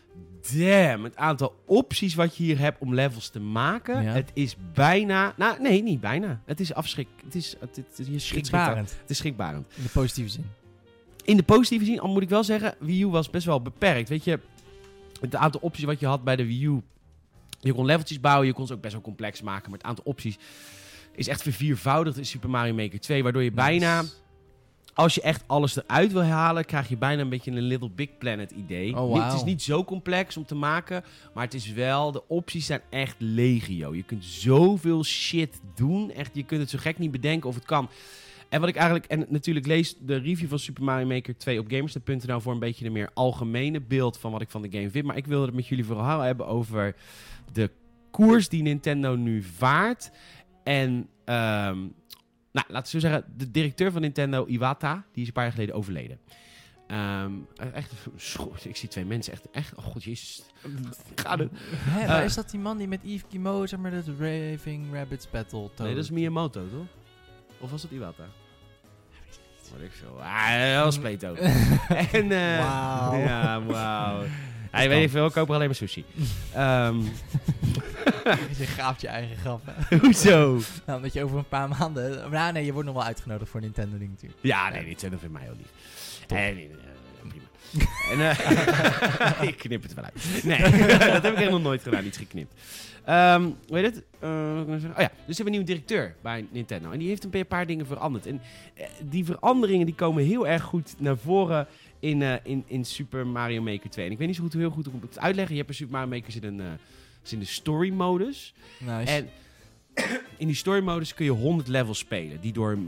damn, het aantal opties wat je hier hebt om levels te maken, Ja. het is bijna... Nou, nee, niet bijna. Het is afschrik. Het is, het, het, het, je schrikt Schrikbarend. Het is schrikbarend. In de positieve zin. In de positieve zin, al moet ik wel zeggen, Wii U was best wel beperkt. Weet je, het aantal opties wat je had bij de Wii U... Je kon leveltjes bouwen, je kon ze ook best wel complex maken, maar het aantal opties is echt verviervoudigd in Super Mario Maker twee, waardoor je bijna... Nice. Als je echt alles eruit wil halen, krijg je bijna een beetje een Little Big Planet idee. Oh, Niet- wauw. Het is niet zo complex om te maken, maar het is wel... De opties zijn echt legio. Je kunt zoveel shit doen. Echt, je kunt het zo gek niet bedenken of het kan. En wat ik eigenlijk... En natuurlijk lees de review van Super Mario Maker twee op Gamersnet punt n l voor een beetje een meer algemene beeld van wat ik van de game vind. Maar ik wilde het met jullie vooral hebben over de koers die Nintendo nu vaart. En... ehm, Nou, laten we zo zeggen, de directeur van Nintendo, Iwata, die is een paar jaar geleden overleden. Ehm, echt, scho- ik zie twee mensen echt, echt, oh god, jezus. Ga er. Hè, waar Eh. is dat die man die met Yves Guillemot, zeg maar, dat Raving Rabbids Battle toont? Nee, dat is Miyamoto, toch? Of was dat Iwata? Wat ik veel. Ah, dat was Pleto. En, eh Wauw. Ja, wauw. Hij weet niet veel, ik koop er alleen maar sushi. Ehm Je graaft je eigen grap, hè? hoezo? Nou, omdat je over een paar maanden... Nou, nee, je wordt nog wel uitgenodigd voor Nintendo ding natuurlijk. Ja, nee, dit vindt mij heel lief. Eh, nee, nee, eh, prima. En, eh, ik knip het wel uit. Nee, dat heb ik helemaal nooit gedaan, iets geknipt. Ehm hoe heet het? Eh, wat kan ik zeggen? Oh ja, dus we hebben een nieuwe directeur bij Nintendo. En die heeft een paar dingen veranderd. En eh, die veranderingen die komen heel erg goed naar voren in, eh, in, in Super Mario Maker twee. En ik weet niet zo goed hoe heel goed om het te uitleggen. Je hebt bij Super Mario Maker zit een, uh, zit in de story modus. Nice. En in die story modus kun je honderd levels spelen. Die door,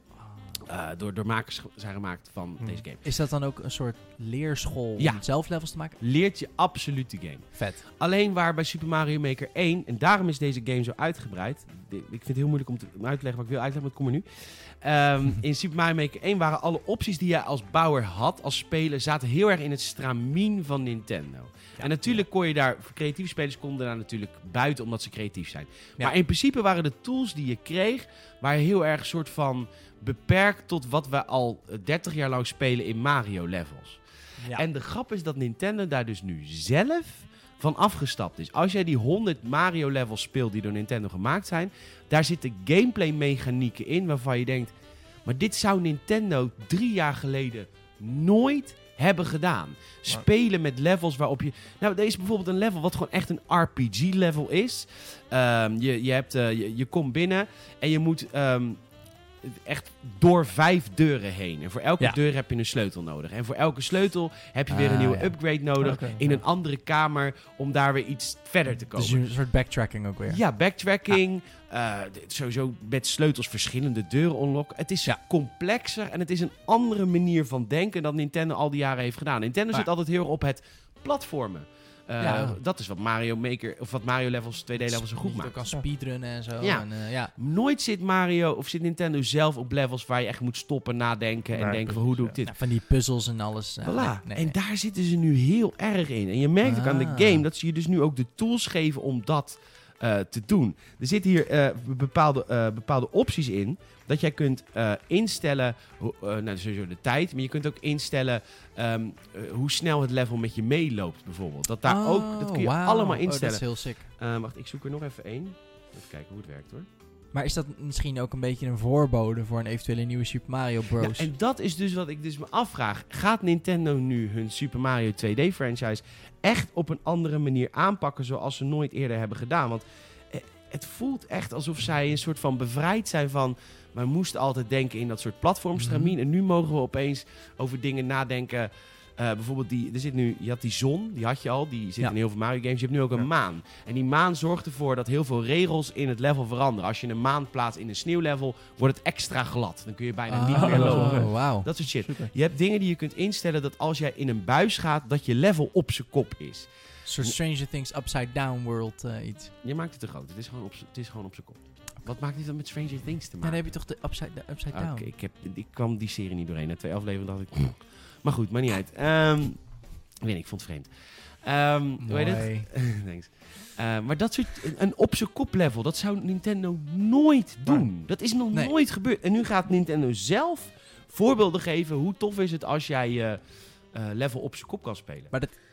uh, door, door makers ge- zijn gemaakt van Hm. deze game. Is dat dan ook een soort leerschool Ja. om zelf levels te maken? Leert je absoluut de game. Vet. Alleen waar bij Super Mario Maker één, en daarom is deze game zo uitgebreid. de- Ik vind het heel moeilijk om, te, om uit te leggen wat ik wil uitleggen, maar het komt er nu. Ehm, in Super Mario Maker één waren alle opties die je als bouwer had, als speler, zaten heel erg in het stramien van Nintendo. En natuurlijk kon je daar, creatieve spelers konden daar natuurlijk buiten omdat ze creatief zijn. Ja. Maar in principe waren de tools die je kreeg, waren heel erg soort van beperkt tot wat we al eh, dertig jaar lang spelen in Mario levels. Ja. En de grap is dat Nintendo daar dus nu zelf van afgestapt is. Als jij die honderd Mario levels speelt die door Nintendo gemaakt zijn, daar zitten gameplay mechanieken in waarvan je denkt, maar dit zou Nintendo drie jaar geleden nooit hebben gedaan. Spelen met levels waarop je... Nou, er is bijvoorbeeld een level wat gewoon echt een R P G-level is. Ehm, je, je, hebt, uh, je, je komt binnen en je moet um, echt door vijf deuren heen. En voor elke Ja. deur heb je een sleutel nodig. En voor elke sleutel heb je weer Ah, een nieuwe ja. upgrade nodig Oké, in ja. een andere kamer om daar weer iets verder te komen. Dus een soort backtracking ook weer. Ja, backtracking. eh, d- sowieso met sleutels verschillende deuren unlocken. Het is Ja. complexer en het is een andere manier van denken dan Nintendo al die jaren heeft gedaan. Nintendo Maar- zit altijd heel erg op het platformen. Eh, Ja. Dat is wat Mario Maker of wat Mario levels, twee D levels zo goed Dat je maakt. ook kan speedrunnen en zo. Ja. En, eh, ja. Nooit zit Mario of zit Nintendo zelf op levels waar je echt moet stoppen, nadenken en Nee, denken van hoe doe ik precies, dit. Ja, van die puzzels en alles. eh, Voilà. nee, nee, En nee. daar zitten ze nu heel erg in. En je merkt ook aan de Ah. game dat ze je dus nu ook de tools geven om dat eh, te doen. Er zitten hier eh, bepaalde, eh, bepaalde opties in. Dat jij kunt eh, instellen, ho- eh, nou sowieso de tijd, maar je kunt ook instellen ehm, eh, hoe snel het level met je meeloopt bijvoorbeeld. Dat daar ook, dat kun je Oh, wauw. allemaal Oh, instellen. dat is heel sick. Eh, wacht, ik zoek er nog even één. Even kijken hoe het werkt hoor. Maar is dat misschien ook een beetje een voorbode voor een eventuele nieuwe Super Mario Bros? Ja, en dat is dus wat ik dus me afvraag. Gaat Nintendo nu hun Super Mario twee D-franchise echt op een andere manier aanpakken zoals ze nooit eerder hebben gedaan? Want eh, het voelt echt alsof zij een soort van bevrijd zijn van... We moesten altijd denken in dat soort platformstramien. Mhm. En nu mogen we opeens over dingen nadenken. Uh, bijvoorbeeld, die, er zit nu, je had die zon, die had je al. Die zit Ja. in heel veel Mario games. Je hebt nu ook een Ja. maan. En die maan zorgt ervoor dat heel veel regels in het level veranderen. Als je een maan plaatst in een sneeuwlevel, wordt het extra glad. Dan kun je bijna niet meer lopen. Oh, wauw. Dat soort shit. Super. Je hebt dingen die je kunt instellen dat als jij in een buis gaat, dat je level op zijn kop is. Een soort Stranger Things Upside Down World eh, iets. Je maakt het te groot. Het is gewoon op, z'n- het is gewoon op zijn kop. Wat maakt dit dan met Stranger Things te Ja, dan maken? heb je toch de Upside, de upside Oké, Down. ik, heb, ik kwam die serie niet doorheen. Na twee afleveringen dacht ik... Maar goed, maar niet uit. Ehm, ik weet niet, ik vond het vreemd. Ehm hoe heet het? Mooi. Thanks. Eh, maar dat soort... Een op zijn kop level, dat zou Nintendo nooit doen. Dat is nog Nee. nooit gebeurd. En nu gaat Nintendo zelf voorbeelden geven. Hoe tof is het als jij je level op zijn kop kan spelen. Maar dat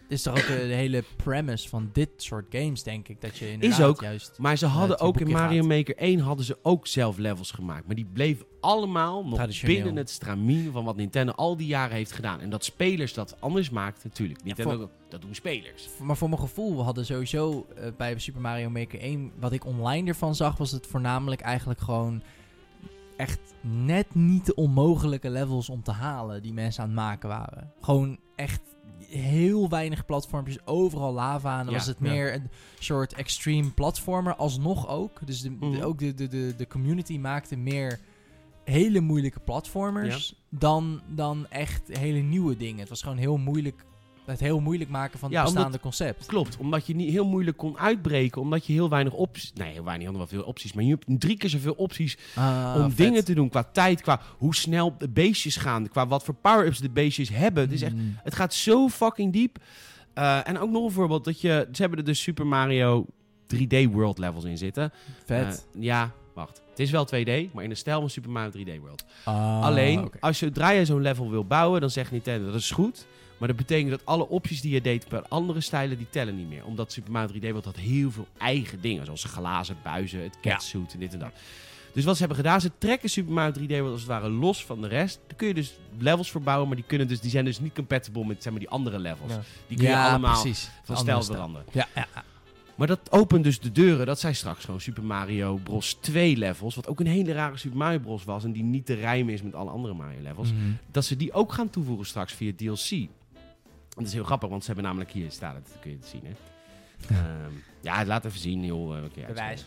is toch ook de, de hele premise van dit soort games, denk ik. Dat je inderdaad Is ook, juist... Maar ze hadden het je ook in boekje Mario gaat. Maker één hadden ze ook zelf levels gemaakt. Maar die bleven allemaal nog Traditioneel. binnen het stramien van wat Nintendo al die jaren heeft gedaan. En dat spelers dat anders maakt, natuurlijk. Nintendo, voor- dat doen spelers. Maar voor mijn gevoel, we hadden sowieso uh, bij Super Mario Maker één... Wat ik online ervan zag, was het voornamelijk eigenlijk gewoon... Echt net niet de onmogelijke levels om te halen die mensen aan het maken waren. Gewoon echt heel weinig platformpjes, overal lava. En dan Ja, was het ja. meer een soort extreme platformer, alsnog ook. Dus de, de- Mhm. ook de, de, de, de community maakte meer hele moeilijke platformers dan, dan echt hele nieuwe dingen. Het was gewoon heel moeilijk, het heel moeilijk maken van het Ja, omdat- bestaande concept. Klopt, omdat je niet heel moeilijk kon uitbreken. Omdat je heel weinig opties... Nee, heel weinig, hadden wel veel opties. Maar je hebt drie keer zoveel opties Ah, om vet. dingen te doen. Qua tijd, qua hoe snel de beestjes gaan. Qua wat voor power-ups de beestjes hebben. Het is echt... Mm. Het gaat zo fucking diep. Uh, en ook nog een voorbeeld dat je... Ze hebben er dus Super Mario drie D World levels in zitten. Vet. Uh, ja, wacht. Het is wel twee D, maar in de stijl van Super Mario drie D World. Ah, Alleen, oké. als je, zodra je zo'n level wil bouwen, dan zegt Nintendo dat is goed. Maar dat betekent dat alle opties die je deed per andere stijlen, die tellen niet meer. Omdat Super Mario drie D World had heel veel eigen dingen. Zoals glazen, buizen, het catsuit en dit en dat. Dus wat ze hebben gedaan, ze trekken Super Mario drie D World als het ware los van de rest. Daar kun je dus levels voor bouwen, maar die, kunnen dus, die zijn dus niet compatible met zeg maar, die andere levels. Ja. Die kun je Ja, allemaal precies. van De stijl andere veranderen. Ja, ja, ja. Maar dat opent dus de deuren. Dat zijn straks gewoon Super Mario Bros. twee levels. Wat ook een hele rare Super Mario Bros. was. En die niet te rijmen is met alle andere Mario levels. Mhm. Dat ze die ook gaan toevoegen straks via D L C. En dat is heel grappig, want ze hebben namelijk hier staan. Dat kun je het zien, hè. um, ja, laat even zien, joh. Uh, okay, Bewijs.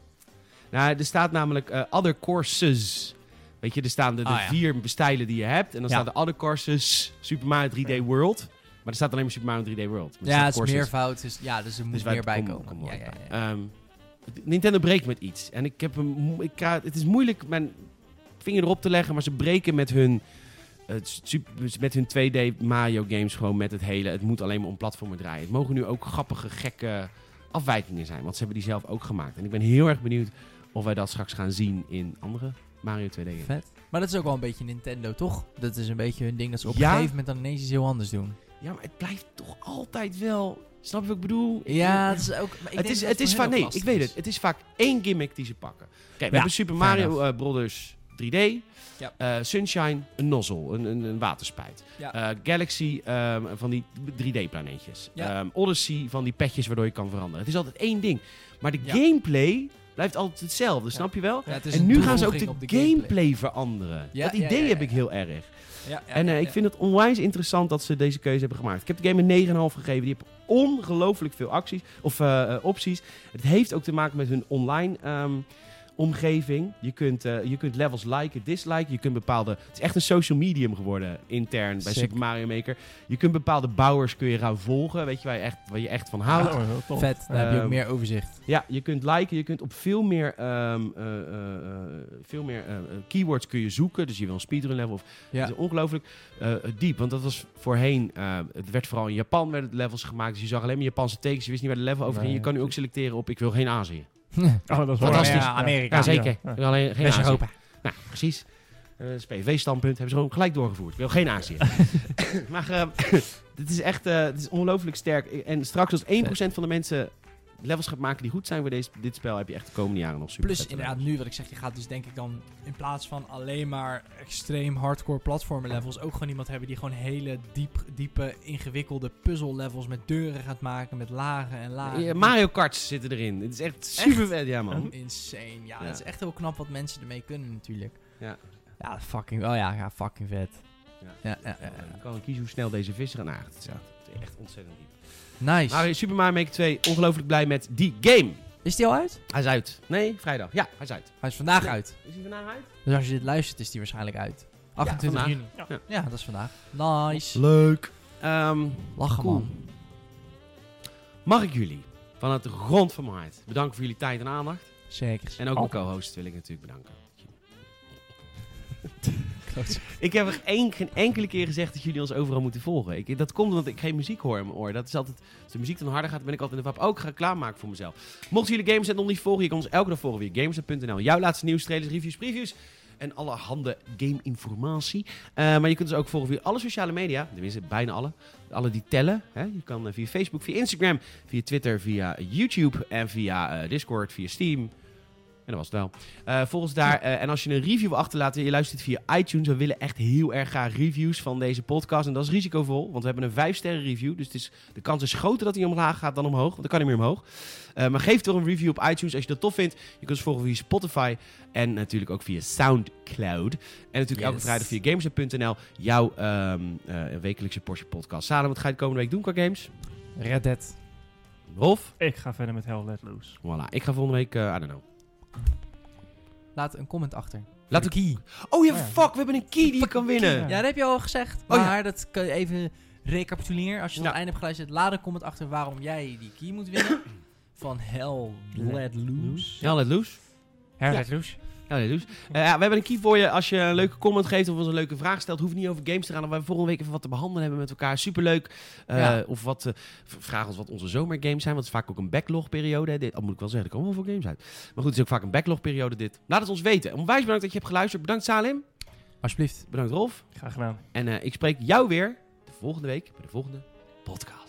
nou, er staat namelijk uh, other courses. Weet je, er staan de, de Ah, ja. vier stijlen die je hebt. En dan Ja. staan de other courses Super Mario drie D Ja. World. Maar er staat alleen maar Super Mario drie D World. Maar er Ja, staat het is courses. meervoud. Dus, ja, dus er moet Dus wij- meer bij kom- komen. kom ja, maar. ja, ja. Ehm, Nintendo breekt met iets. En ik heb een, mo- ik kra- het is moeilijk mijn vinger erop te leggen, maar ze breken met hun, uh, super, met hun twee D Mario games gewoon met het hele. Het moet alleen maar om platformen draaien. Het mogen nu ook grappige, gekke afwijkingen zijn, want ze hebben die zelf ook gemaakt. En ik ben heel erg benieuwd of wij dat straks gaan zien in andere Mario twee D games. Vet. Maar dat is ook wel een beetje Nintendo, toch? Dat is een beetje hun ding dat ze op Ja. een gegeven moment dan ineens iets heel anders doen. Ja, maar het blijft toch altijd wel. Snap je wat ik bedoel? Ja, het is ook... maar ik Het denk is, dat het is voor vaak, hen ook nee, ik lastig weet is. het. Het is vaak één gimmick die ze pakken. Kijk, we Ja, hebben Super fair Mario enough. uh, Brothers drie D. Ja. Uh, Sunshine, een nozzle, een, een, een waterspijt. Ja. Uh, Galaxy, um, van die drie D planeetjes. Ja. Um, Odyssey, van die petjes waardoor je kan veranderen. Het is altijd één ding. Maar de Ja. gameplay blijft altijd hetzelfde, snap je wel? Ja, het is En een nu gaan ze ook de, toevoeging op gameplay. gameplay. veranderen. Ja, dat ja, idee ja, heb ja, ik ja. heel erg. Ja, ja, En uh, ja, ik ja. vind het onwijs interessant dat ze deze keuze hebben gemaakt. Ik heb de game een negen komma vijf gegeven. Die heeft ongelooflijk veel acties, of, uh, uh, opties. Het heeft ook te maken met hun online um, omgeving. Je kunt, uh, je kunt levels liken, disliken. Je kunt bepaalde... Het is echt een social medium geworden, intern bij Sick. Super Mario Maker. Je kunt bepaalde bouwers kun je gaan volgen. Weet je waar je echt, waar je echt van houdt. Oh, heel tof. Vet, dan heb je ook Ehm, meer overzicht. Ja, je kunt liken, je kunt op veel meer, um, uh, uh, uh, veel meer uh, uh, keywords kun je zoeken. Dus je wil een speedrun level. Of, Ja. Het is ongelooflijk uh, diep, want dat was voorheen, uh, het werd vooral in Japan werden levels gemaakt. Dus je zag alleen maar Japanse tekens, je wist niet waar de level over ging. Nee. Je kan nu ook selecteren op ik wil geen Azië. Oh, dat is Fantastisch. waar. Ja, Amerika. Ja, zeker. Ja. Ik wil alleen geen Azië. West-Europa. Nou, precies. Uh, dat is P V standpunt, hebben ze gewoon gelijk doorgevoerd. Ik wil geen Azië. maar uh, dit is echt uh, dit is ongelooflijk sterk. En straks als één procent van de mensen levels gaat maken die goed zijn voor deze, dit spel, heb je echt de komende jaren nog super Plus vette inderdaad levels. nu wat ik zeg, je gaat dus denk ik dan in plaats van alleen maar extreem hardcore platformen levels ook gewoon iemand hebben die gewoon hele diep, diepe, ingewikkelde puzzel levels met deuren gaat maken, met lagen en lagen. Ja, Mario Karts zitten erin. Het is echt super vet, ja man. Insane. Ja, Ja. het is echt heel knap wat mensen ermee kunnen natuurlijk. Ja. Ja, fucking, oh ja, ja fucking vet. Ja. Ja, ja, ja, Uh, ja. je kan kiezen hoe snel deze vissen gaan aarden. Het is echt- echt ontzettend diep. Nice. Maar Super Mario Maker twee, ongelooflijk blij met die game. Is die al uit? Hij is uit. Nee, vrijdag. Ja, hij is uit. Hij is vandaag Nee. uit. Is hij vandaag uit? Dus als je dit luistert is die waarschijnlijk uit. achtentwintig vandaag. juni. Ja. Ja. Ja, dat is vandaag. Nice. Leuk. Ehm, Lachen cool. man. Mag ik jullie van het grond van mijn hart bedanken voor jullie tijd en aandacht. Zeker. En ook mijn Altijd. co-host wil ik natuurlijk bedanken. Klopt. Ik heb er één, geen enkele keer gezegd dat jullie ons overal moeten volgen. Ik, dat komt omdat ik geen muziek hoor in mijn oor. Dat is altijd, als de muziek dan harder gaat, ben ik altijd in de wap ook ga klaarmaken voor mezelf. Mochten jullie Gamersnet nog niet volgen, je kan ons elke dag volgen via gamersnet punt n l. Jouw laatste nieuws, trailers, reviews, previews. en allerhande game-informatie. Uh, maar je kunt dus ook volgen via alle sociale media. Tenminste, bijna alle. Alle die tellen. Hè? Je kan uh, via Facebook, via Instagram, via Twitter, via YouTube en via uh, Discord, via Steam. En dat was het wel. Uh, volgens daar. Uh, en als je een review wil achterlaten, je luistert via iTunes. We willen echt heel erg graag reviews van deze podcast. En dat is risicovol, want we hebben een vijf sterren review. Dus het is, de kans is groter dat hij omlaag gaat dan omhoog. Want dan kan hij meer omhoog. Uh, maar geef toch een review op iTunes als je dat tof vindt. Je kunt ons volgen via Spotify. En natuurlijk ook via Soundcloud. En natuurlijk yes. elke vrijdag via Gamersnet punt n l. Jouw um, uh, wekelijkse portie podcast. Salem, wat ga je de komende week doen qua games? Red Dead. Rolf? Ik ga verder met Hell Let Loose. Voilà. Ik ga volgende week, uh, I don't know. Laat een comment achter. Laat een key. Oh ja, fuck, we hebben een key die je kan winnen. Ja, dat heb je al gezegd. Oh, maar ja. dat kan je even recapituleren. Als je tot Ja. het einde hebt geluisterd, laat een comment achter waarom jij die key moet winnen. Van Hell Let Loose. Hell Let Loose. Hell Ja. Let Loose. Ja, nee, dus. uh, ja, we hebben een key voor je. Als je een leuke comment geeft of ons een leuke vraag stelt, hoeft niet over games te gaan. Dan we volgende week even wat te behandelen hebben met elkaar. Superleuk. Uh, Ja. Of wat, uh, vraag ons wat onze zomergames zijn. Want het is vaak ook een backlogperiode. Dit, oh, moet ik wel zeggen, er komen wel veel games uit. Maar goed, het is ook vaak een backlogperiode dit. Laat het ons weten. Onwijs bedankt dat je hebt geluisterd. Bedankt Salim. Alsjeblieft. Bedankt Rolf. Graag gedaan. En uh, ik spreek jou weer de volgende week bij de volgende podcast.